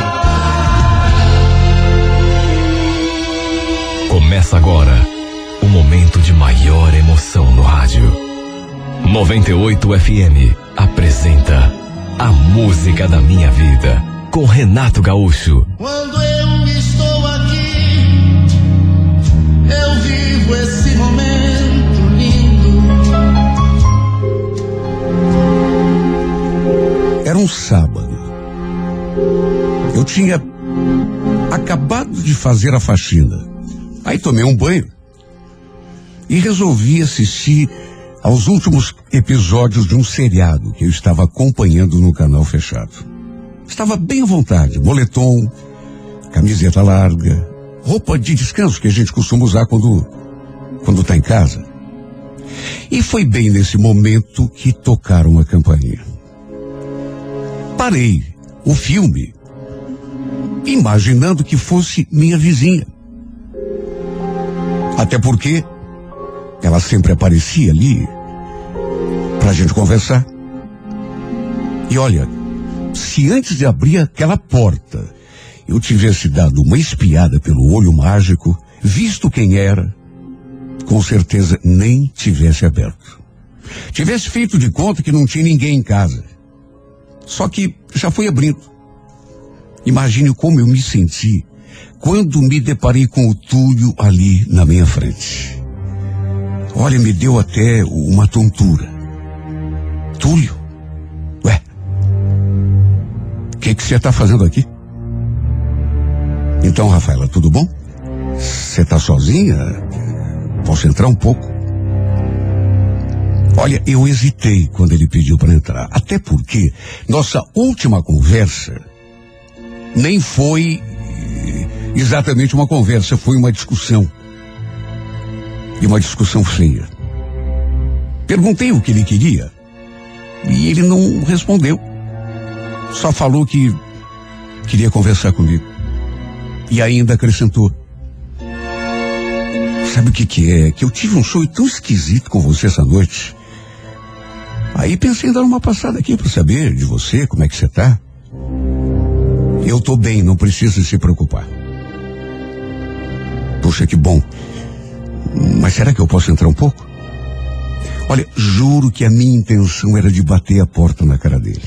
Começa agora o momento de maior emoção no rádio. noventa e oito F M apresenta A Música da Minha Vida com Renato Gaúcho. Quando eu estou aqui, eu vivo esse momento lindo. Era um sábado. Eu tinha acabado de fazer a faxina. Aí tomei um banho e resolvi assistir aos últimos episódios de um seriado que eu estava acompanhando no canal fechado. Estava bem à vontade, moletom, camiseta larga, roupa de descanso que a gente costuma usar quando quando está em casa. E foi bem nesse momento que tocaram a campainha. Parei o filme, imaginando que fosse minha vizinha. Até porque ela sempre aparecia ali pra gente conversar. E olha, se antes de abrir aquela porta eu tivesse dado uma espiada pelo olho mágico, visto quem era, com certeza nem tivesse aberto. Tivesse feito de conta que não tinha ninguém em casa. Só que já foi abrindo. Imagine como eu me senti quando me deparei com o Túlio ali na minha frente. Olha, me deu até uma tontura. Túlio? Ué, o que que você está fazendo aqui? Então, Rafaela, tudo bom? Você tá sozinha? Posso entrar um pouco? Olha, eu hesitei quando ele pediu para entrar, até porque nossa última conversa nem foi exatamente uma conversa, foi uma discussão. E uma discussão feia. Perguntei o que ele queria e ele não respondeu. Só falou que queria conversar comigo. E ainda acrescentou: sabe o que que é? Que eu tive um sonho tão esquisito com você essa noite. Aí pensei em dar uma passada aqui para saber de você, como é que você tá. Eu tô bem, não precisa se preocupar. Puxa, que bom. Mas será que eu posso entrar um pouco? Olha, juro que a minha intenção era de bater a porta na cara dele.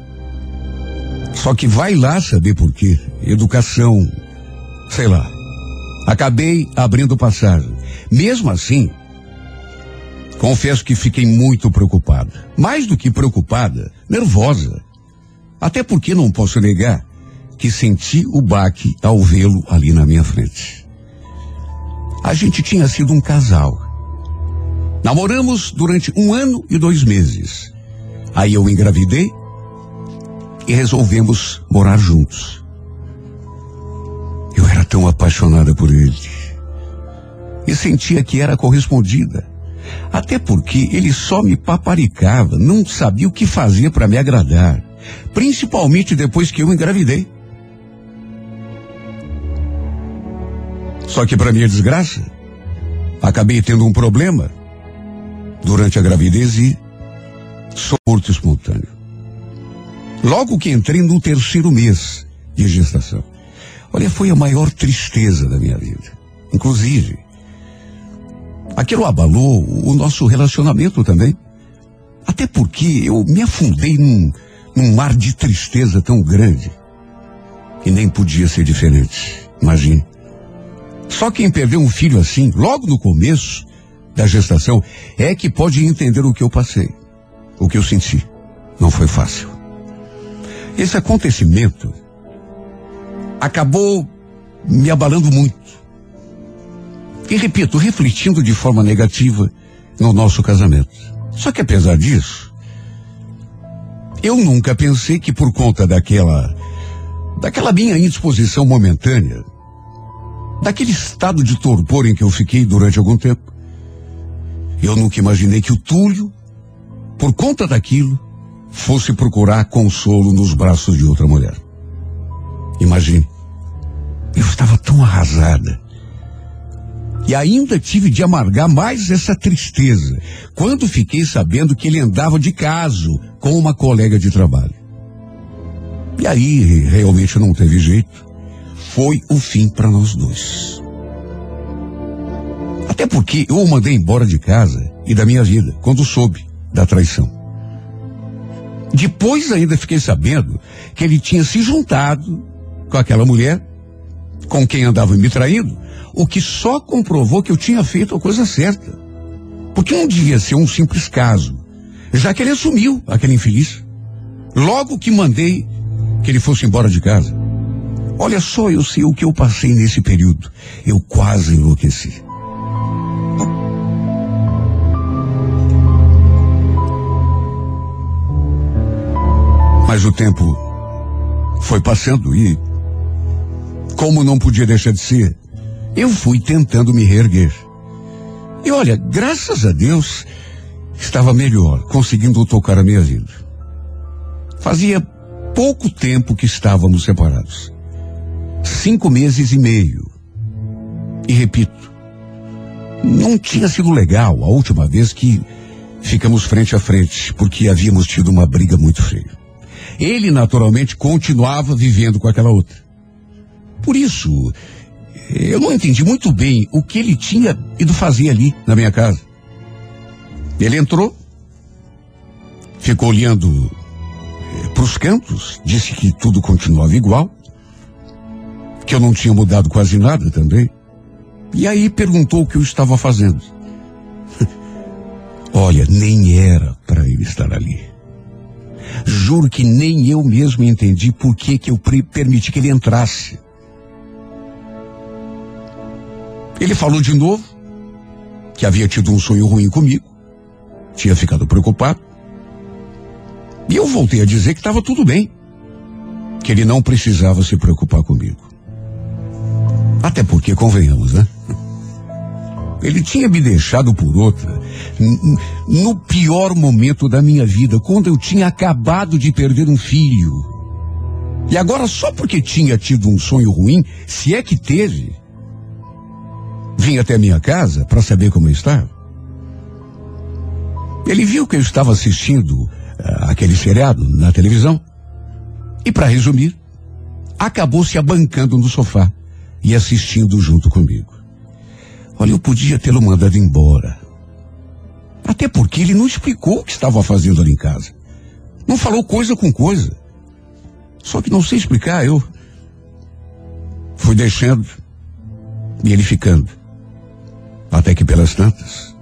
Só que vai lá saber por quê. Educação, sei lá. Acabei abrindo passagem. Mesmo assim, confesso que fiquei muito preocupada. Mais do que preocupada, nervosa. Até porque não posso negar que senti o baque ao vê-lo ali na minha frente. A gente tinha sido um casal. Namoramos durante um ano e dois meses. Aí eu engravidei e resolvemos morar juntos. Eu era tão apaixonada por ele. E sentia que era correspondida. Até porque ele só me paparicava, não sabia o que fazer para me agradar. Principalmente depois que eu engravidei. Só que para minha desgraça, acabei tendo um problema durante a gravidez e sou aborto espontâneo. Logo que entrei no terceiro mês de gestação. Olha, foi a maior tristeza da minha vida. Inclusive, aquilo abalou o nosso relacionamento também. Até porque eu me afundei num, num mar de tristeza tão grande que nem podia ser diferente. Imagine. Só quem perdeu um filho assim, logo no começo da gestação, é que pode entender o que eu passei, o que eu senti. Não foi fácil. Esse acontecimento acabou me abalando muito. E repito, refletindo de forma negativa no nosso casamento. Só que apesar disso, eu nunca pensei que por conta daquela, daquela minha indisposição momentânea, daquele estado de torpor em que eu fiquei durante algum tempo, eu nunca imaginei que o Túlio, por conta daquilo, fosse procurar consolo nos braços de outra mulher. Imagine, eu estava tão arrasada. E ainda tive de amargar mais essa tristeza, quando fiquei sabendo que ele andava de caso com uma colega de trabalho. E aí, realmente não teve jeito. Foi o fim para nós dois. Até porque eu o mandei embora de casa e da minha vida, quando soube da traição. Depois ainda fiquei sabendo que ele tinha se juntado com aquela mulher com quem andava me traindo, o que só comprovou que eu tinha feito a coisa certa. Porque não devia ser um simples caso, já que ele assumiu aquele infeliz. Logo que mandei que ele fosse embora de casa. Olha só, eu sei o que eu passei nesse período. Eu quase enlouqueci. Mas o tempo foi passando e, como não podia deixar de ser, eu fui tentando me reerguer. E olha, graças a Deus, estava melhor, conseguindo tocar a minha vida. Fazia pouco tempo que estávamos separados. Cinco meses e meio. E repito, não tinha sido legal a última vez que ficamos frente a frente, porque havíamos tido uma briga muito feia. Ele, naturalmente, continuava vivendo com aquela outra. Por isso, eu não entendi muito bem o que ele tinha ido fazer ali na minha casa. Ele entrou, ficou olhando eh, para os cantos, disse que tudo continuava igual, que eu não tinha mudado quase nada também. E aí perguntou o que eu estava fazendo. Olha, nem era para ele estar ali. Juro que nem eu mesmo entendi por que que eu pre- permiti que ele entrasse. Ele falou de novo que havia tido um sonho ruim comigo, tinha ficado preocupado. E eu voltei a dizer que estava tudo bem, que ele não precisava se preocupar comigo. Até porque, convenhamos, né? Ele tinha me deixado por outra no pior momento da minha vida, quando eu tinha acabado de perder um filho. E agora, só porque tinha tido um sonho ruim, se é que teve, vinha até minha casa para saber como eu estava. Ele viu que eu estava assistindo uh, aquele seriado na televisão e, para resumir, acabou se abancando no sofá e assistindo junto comigo. Olha, eu podia tê-lo mandado embora. Até porque ele não explicou o que estava fazendo ali em casa. Não falou coisa com coisa. Só que não sei explicar, eu fui deixando e ele ficando. Até que pelas tantas,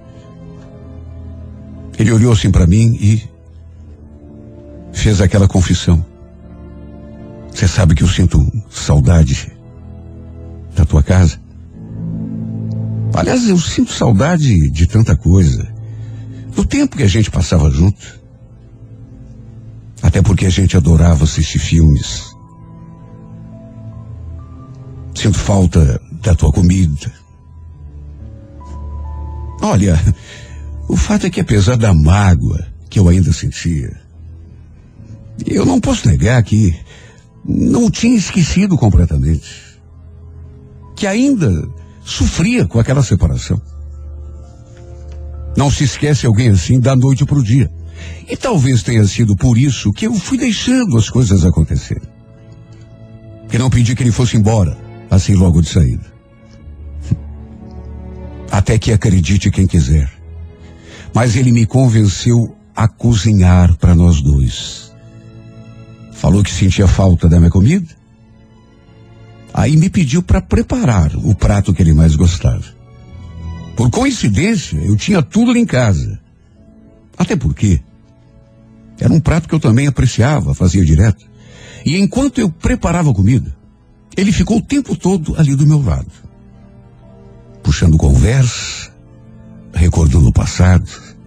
ele olhou assim para mim e fez aquela confissão. Você sabe que eu sinto saudade da tua casa? Aliás, eu sinto saudade de tanta coisa. Do tempo que a gente passava junto. Até porque a gente adorava assistir filmes. Sinto falta da tua comida. Olha, o fato é que apesar da mágoa que eu ainda sentia, eu não posso negar que não tinha esquecido completamente. Que ainda sofria com aquela separação. Não se esquece alguém assim da noite para o dia. E talvez tenha sido por isso que eu fui deixando as coisas acontecerem. Que não pedi que ele fosse embora, assim logo de saída. Até que acredite quem quiser. Mas ele me convenceu a cozinhar para nós dois. Falou que sentia falta da minha comida. Aí me pediu para preparar o prato que ele mais gostava. Por coincidência, eu tinha tudo ali em casa. Até porque era um prato que eu também apreciava, fazia direto. E enquanto eu preparava a comida, ele ficou o tempo todo ali do meu lado. Puxando conversa, recordando o passado.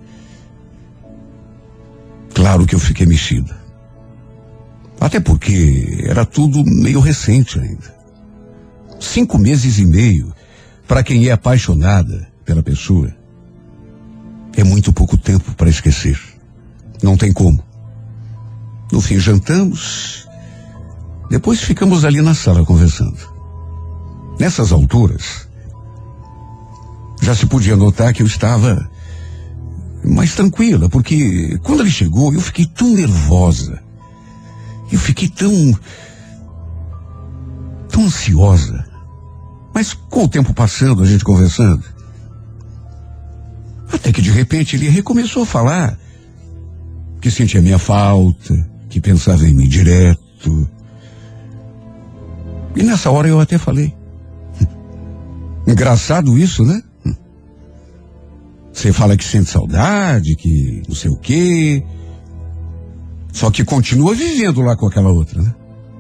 Claro que eu fiquei mexida. Até porque era tudo meio recente ainda. Cinco meses e meio, para quem é apaixonada pela pessoa, é muito pouco tempo para esquecer. Não tem como. No fim jantamos, depois ficamos ali na sala conversando. Nessas alturas, já se podia notar que eu estava mais tranquila, porque quando ele chegou eu fiquei tão nervosa, eu fiquei tão, tão ansiosa. Mas com o tempo passando, a gente conversando, até que de repente ele recomeçou a falar que sentia minha falta, que pensava em mim direto. E nessa hora eu até falei, engraçado isso, né? Você fala que sente saudade, que não sei o quê, só que continua vivendo lá com aquela outra, né?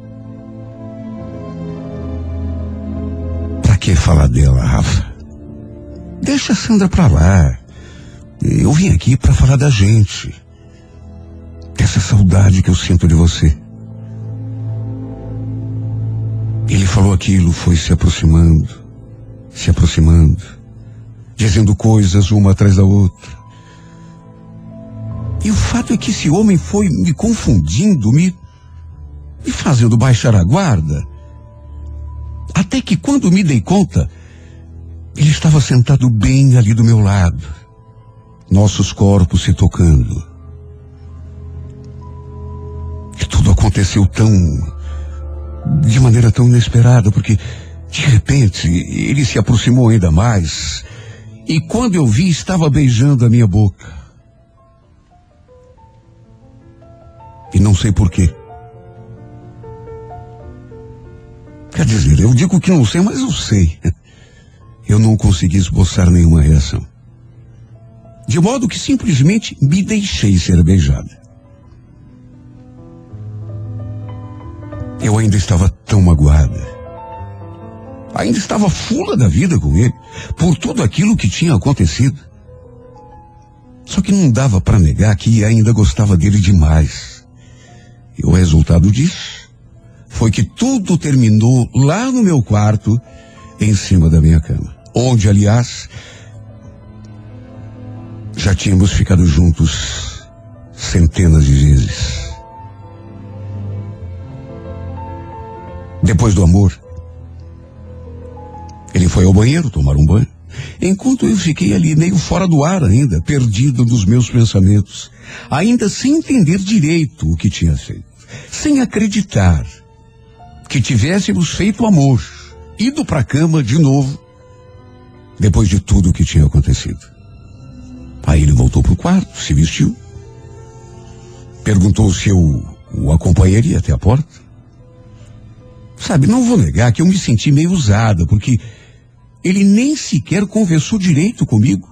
Pra que falar dela, Rafa? Deixa a Sandra pra lá. Eu vim aqui pra falar da gente. Dessa saudade que eu sinto de você. Ele falou aquilo, foi se aproximando, se aproximando, dizendo coisas uma atrás da outra. E o fato é que esse homem foi me confundindo, me, me fazendo baixar a guarda. Até que quando me dei conta, ele estava sentado bem ali do meu lado, nossos corpos se tocando. E tudo aconteceu tão, de maneira tão inesperada, porque de repente ele se aproximou ainda mais, e quando eu vi, estava beijando a minha boca. E não sei porquê. Quer dizer, eu digo que não sei, mas eu sei. Eu não consegui esboçar nenhuma reação. De modo que simplesmente me deixei ser beijada. Eu ainda estava tão magoada. Ainda estava fula da vida com ele, por tudo aquilo que tinha acontecido. Só que não dava para negar que ainda gostava dele demais. E o resultado disso foi que tudo terminou lá no meu quarto, em cima da minha cama. Onde, aliás, já tínhamos ficado juntos centenas de vezes. Depois do amor, ele foi ao banheiro tomar um banho, enquanto eu fiquei ali meio fora do ar ainda, perdido nos meus pensamentos, ainda sem entender direito o que tinha feito, sem acreditar que tivéssemos feito amor, ido para a cama de novo, depois de tudo o que tinha acontecido. Aí ele voltou para o quarto, se vestiu, perguntou se eu o acompanharia até a porta. Sabe, não vou negar que eu me senti meio usada, porque ele nem sequer conversou direito comigo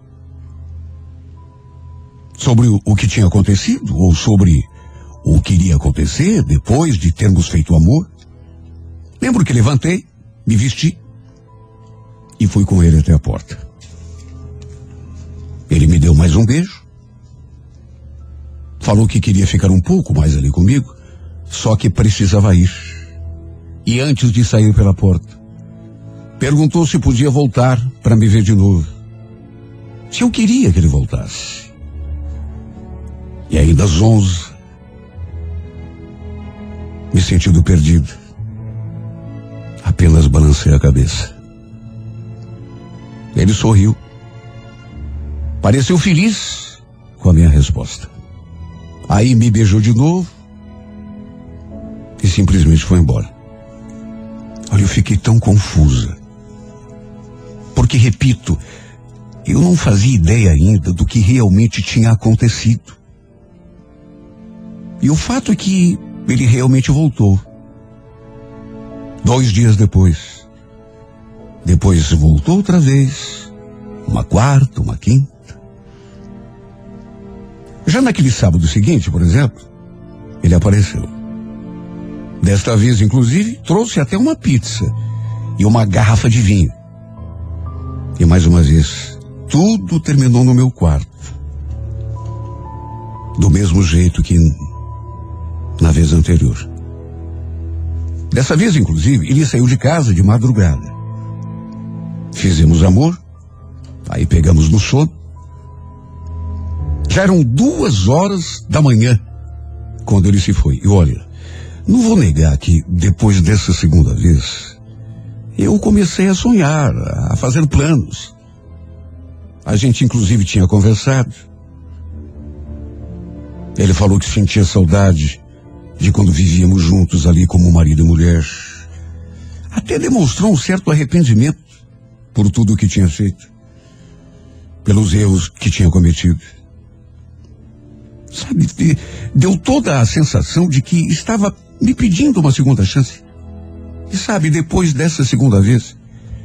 sobre o, o que tinha acontecido, ou sobre o que iria acontecer depois de termos feito amor. Lembro que levantei, me vesti e fui com ele até a porta. Ele me deu mais um beijo, falou que queria ficar um pouco mais ali comigo, só que precisava ir. E antes de sair pela porta, perguntou se podia voltar para me ver de novo. Se eu queria que ele voltasse. E ainda às onze, me sentindo perdido, apenas balancei a cabeça. Ele sorriu. Pareceu feliz com a minha resposta. Aí me beijou de novo e simplesmente foi embora. Olha, eu fiquei tão confusa. Porque, repito, eu não fazia ideia ainda do que realmente tinha acontecido. E o fato é que ele realmente voltou. Dois dias depois. Depois voltou outra vez. Uma quarta, uma quinta. Já naquele sábado seguinte, por exemplo, ele apareceu. Desta vez, inclusive, trouxe até uma pizza e uma garrafa de vinho. E mais uma vez, tudo terminou no meu quarto. Do mesmo jeito que na vez anterior. Dessa vez, inclusive, ele saiu de casa de madrugada. Fizemos amor, aí pegamos no sono. Já eram duas horas da manhã quando ele se foi. E olha, não vou negar que depois dessa segunda vez, eu comecei a sonhar, a fazer planos. A gente inclusive tinha conversado. Ele falou que sentia saudade de quando vivíamos juntos ali como marido e mulher. Até demonstrou um certo arrependimento por tudo o que tinha feito, pelos erros que tinha cometido. Sabe, deu toda a sensação de que estava me pedindo uma segunda chance. E sabe, depois dessa segunda vez,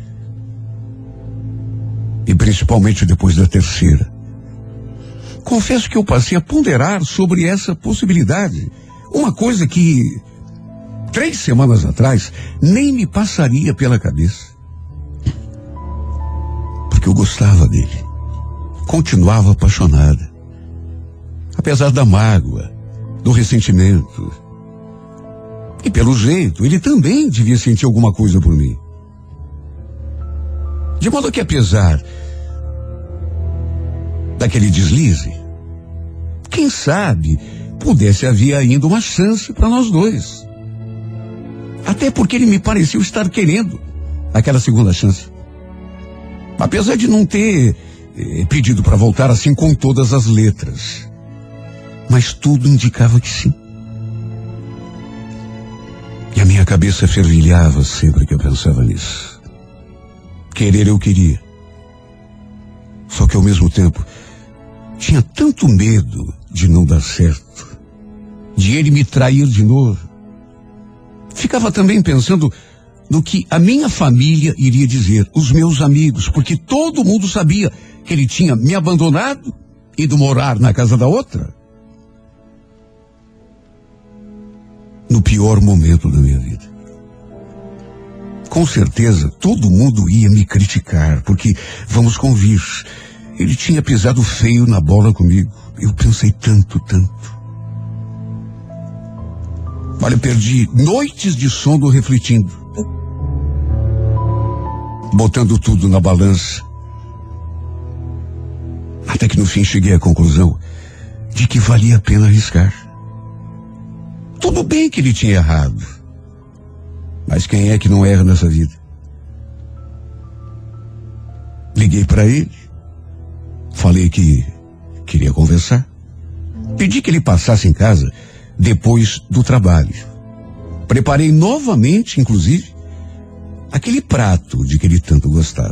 e principalmente depois da terceira, confesso que eu passei a ponderar sobre essa possibilidade. Uma coisa que, três semanas atrás, nem me passaria pela cabeça. Porque eu gostava dele. Continuava apaixonada. Apesar da mágoa, do ressentimento. E pelo jeito, ele também devia sentir alguma coisa por mim. De modo que, apesar daquele deslize, quem sabe pudesse haver ainda uma chance para nós dois. Até porque ele me pareceu estar querendo aquela segunda chance. Apesar de não ter eh, pedido para voltar assim com todas as letras. Mas tudo indicava que sim. E a minha cabeça fervilhava sempre que eu pensava nisso. Querer eu queria. Só que ao mesmo tempo, tinha tanto medo de não dar certo, de ele me trair de novo. Ficava também pensando no que a minha família iria dizer, os meus amigos, porque todo mundo sabia que ele tinha me abandonado, ido morar na casa da outra. No pior momento da minha vida. com certeza todo mundo ia me criticar, porque, vamos convir, ele tinha pisado feio na bola comigo. Eu pensei tanto, tanto. Olha, eu perdi noites de sono refletindo, botando tudo na balança. Até que no fim cheguei à conclusão de que valia a pena arriscar. Tudo bem que ele tinha errado, mas quem é que não erra nessa vida? Liguei para ele, falei que queria conversar, pedi que ele passasse em casa depois do trabalho. Preparei novamente, inclusive, aquele prato de que ele tanto gostava.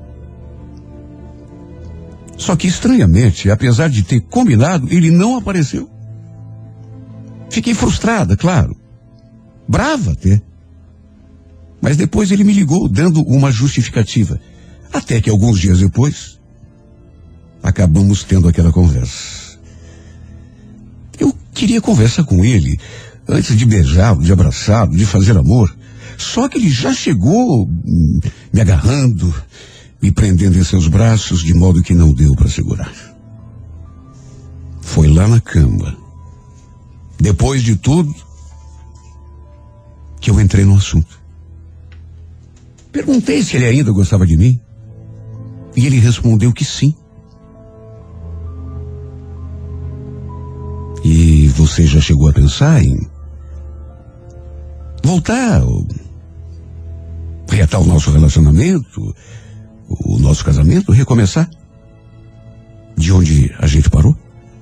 Só que, estranhamente, apesar de ter combinado, ele não apareceu. Fiquei frustrada, claro. Brava até. Mas depois ele me ligou, dando uma justificativa. Até que alguns dias depois, acabamos tendo aquela conversa. Eu queria conversar com ele, antes de beijá-lo, de abraçá-lo, de fazer amor. Só que ele já chegou hum, me agarrando, me prendendo em seus braços, de modo que não deu para segurar. Foi lá na cama, depois de tudo, que eu entrei no assunto. Perguntei se ele ainda gostava de mim, e ele respondeu que sim. E você já chegou a pensar em voltar, ou reatar o nosso relacionamento, o nosso casamento, recomeçar de onde a gente parou?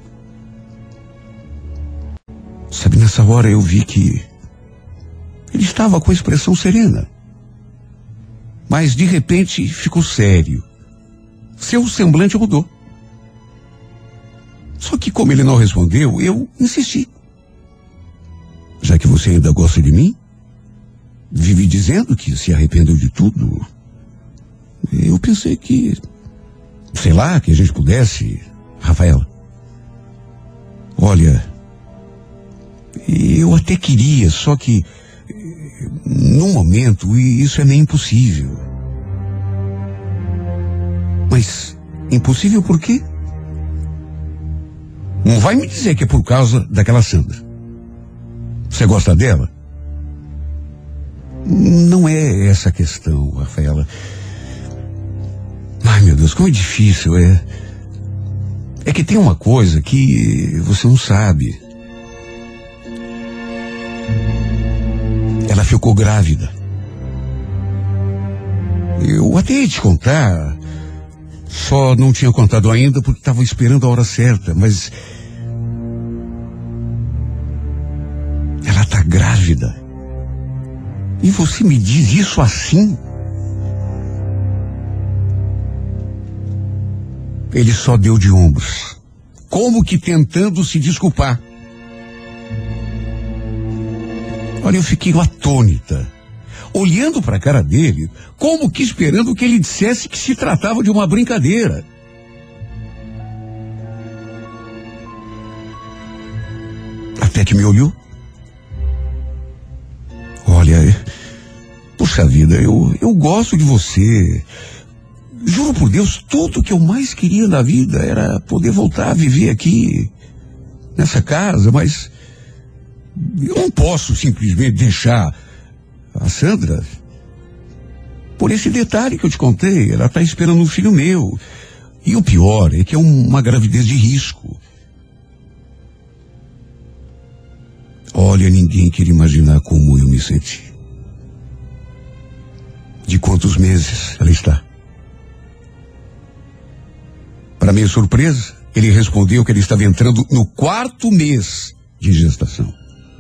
Sabe, nessa hora eu vi que ele estava com a expressão serena, mas de repente ficou sério. Seu semblante mudou. Só que como ele não respondeu, eu insisti. Já que você ainda gosta de mim, vive dizendo que se arrependeu de tudo, eu pensei que, sei lá, que a gente pudesse, Rafaela. Olha, eu até queria, só que, num momento, isso é meio impossível. Mas, impossível por quê? Não vai me dizer que é por causa daquela Sandra. Você gosta dela? Não é essa a questão, Rafaela. Ai, meu Deus, como é difícil, é. É que tem uma coisa que você não sabe. Ela ficou grávida. Eu até ia te contar, só não tinha contado ainda porque estava esperando a hora certa, mas ela está grávida. E você me diz isso assim? Ele só deu de ombros, como que tentando se desculpar. Olha, eu fiquei atônita, olhando para a cara dele, como que esperando que ele dissesse que se tratava de uma brincadeira. Até que me olhou. Olha, puxa vida, eu, eu gosto de você. Juro por Deus, tudo que eu mais queria na vida era poder voltar a viver aqui, nessa casa, mas eu não posso simplesmente deixar a Sandra por esse detalhe que eu te contei. Ela está esperando um filho meu. E o pior é que é uma gravidez de risco. Olha, ninguém queria imaginar como eu me senti. De quantos meses ela está? Para minha surpresa, ele respondeu que ele estava entrando no quarto mês de gestação.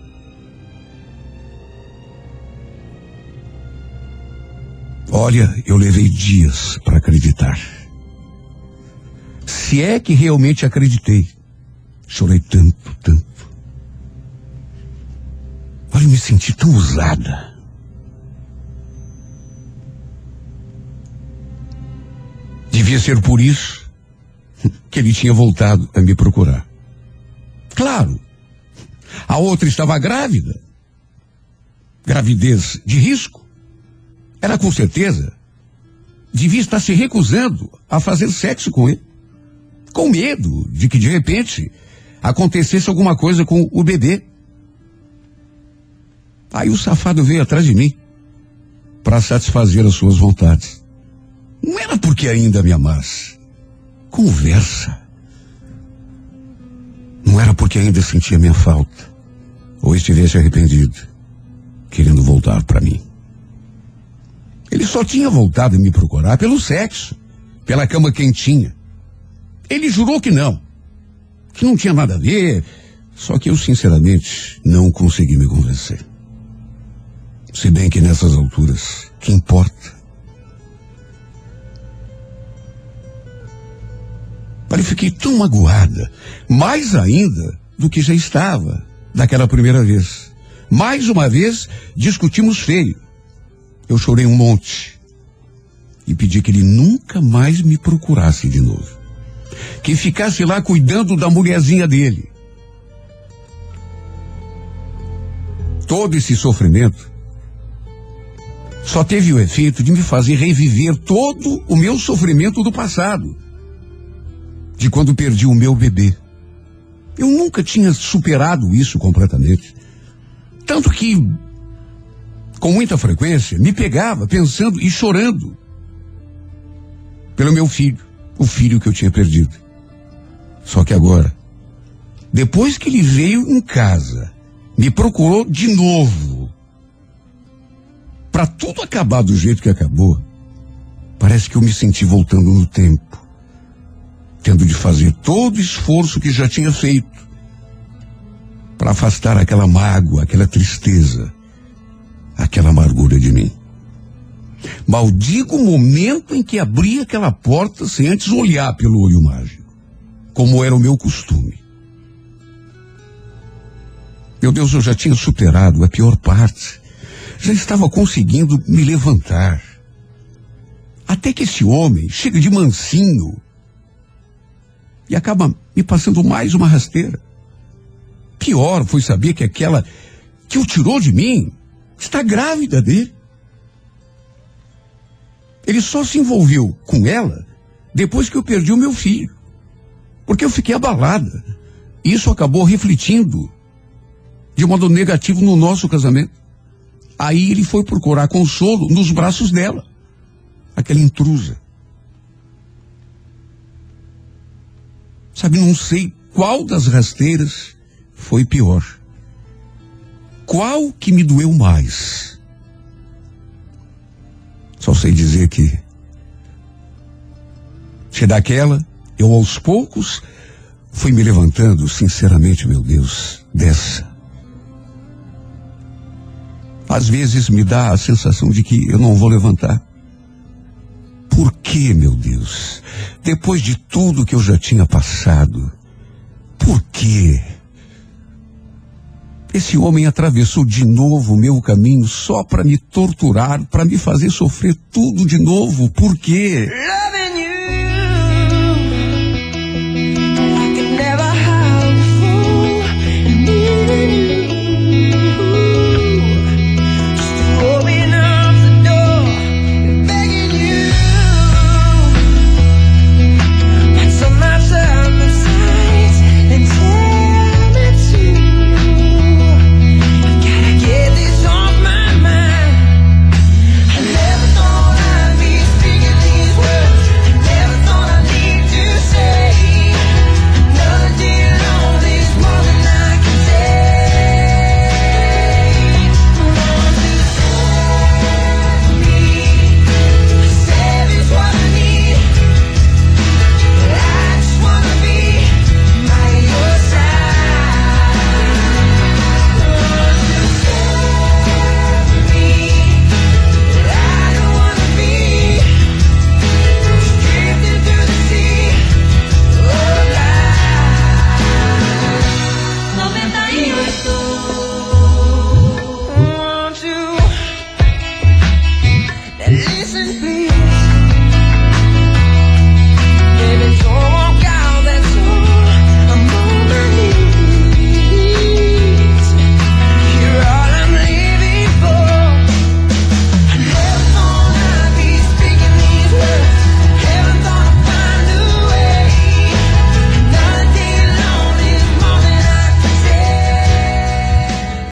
Olha, eu levei dias para acreditar. Se é que realmente acreditei. Chorei tanto, tanto. Olha, eu me senti tão usada. Devia ser por isso que ele tinha voltado a me procurar. Claro, a outra estava grávida. Gravidez de risco. ela com certeza devia estar se recusando a fazer sexo com ele, com medo de que de repente acontecesse alguma coisa com o bebê. Aí o safado veio atrás de mim para satisfazer as suas vontades. Não era porque ainda me amasse. Conversa. Não era porque ainda sentia minha falta ou estivesse arrependido, querendo voltar para mim. Ele só tinha voltado a me procurar pelo sexo, pela cama quentinha. Ele jurou que não, que não tinha nada a ver, só que eu sinceramente não consegui me convencer. Se bem que nessas alturas, que importa? Mas eu fiquei tão magoada, mais ainda do que já estava daquela primeira vez. Mais uma vez, discutimos feio. Eu chorei um monte e pedi que ele nunca mais me procurasse de novo. Que ficasse lá cuidando da mulherzinha dele. Todo esse sofrimento só teve o efeito de me fazer reviver todo o meu sofrimento do passado, de quando perdi o meu bebê. Eu nunca tinha superado isso completamente. Tanto que, com muita frequência, me pegava pensando e chorando pelo meu filho, o filho que eu tinha perdido. Só que agora, depois que ele veio em casa, me procurou de novo, para tudo acabar do jeito que acabou, parece que eu me senti voltando no tempo, tendo de fazer todo o esforço que já tinha feito para afastar aquela mágoa, aquela tristeza, aquela amargura de mim. Maldigo o momento em que abri aquela porta sem antes olhar pelo olho mágico, como era o meu costume. Meu Deus, eu já tinha superado a pior parte. Já estava conseguindo me levantar. Até que esse homem chega de mansinho e acaba me passando mais uma rasteira. Pior foi saber que aquela que o tirou de mim está grávida dele. Ele só se envolveu com ela depois que eu perdi o meu filho. Porque eu fiquei abalada. Isso acabou refletindo de modo negativo no nosso casamento. Aí ele foi procurar consolo nos braços dela, aquela intrusa. Sabe, não sei qual das rasteiras foi pior. Qual que me doeu mais? Só sei dizer que, se daquela, eu aos poucos fui me levantando, sinceramente, meu Deus, dessa. Às vezes me dá a sensação de que eu não vou levantar. Por que, meu Deus? Depois de tudo que eu já tinha passado, por quê? Esse homem atravessou de novo o meu caminho só para me torturar, para me fazer sofrer tudo de novo. Por quê?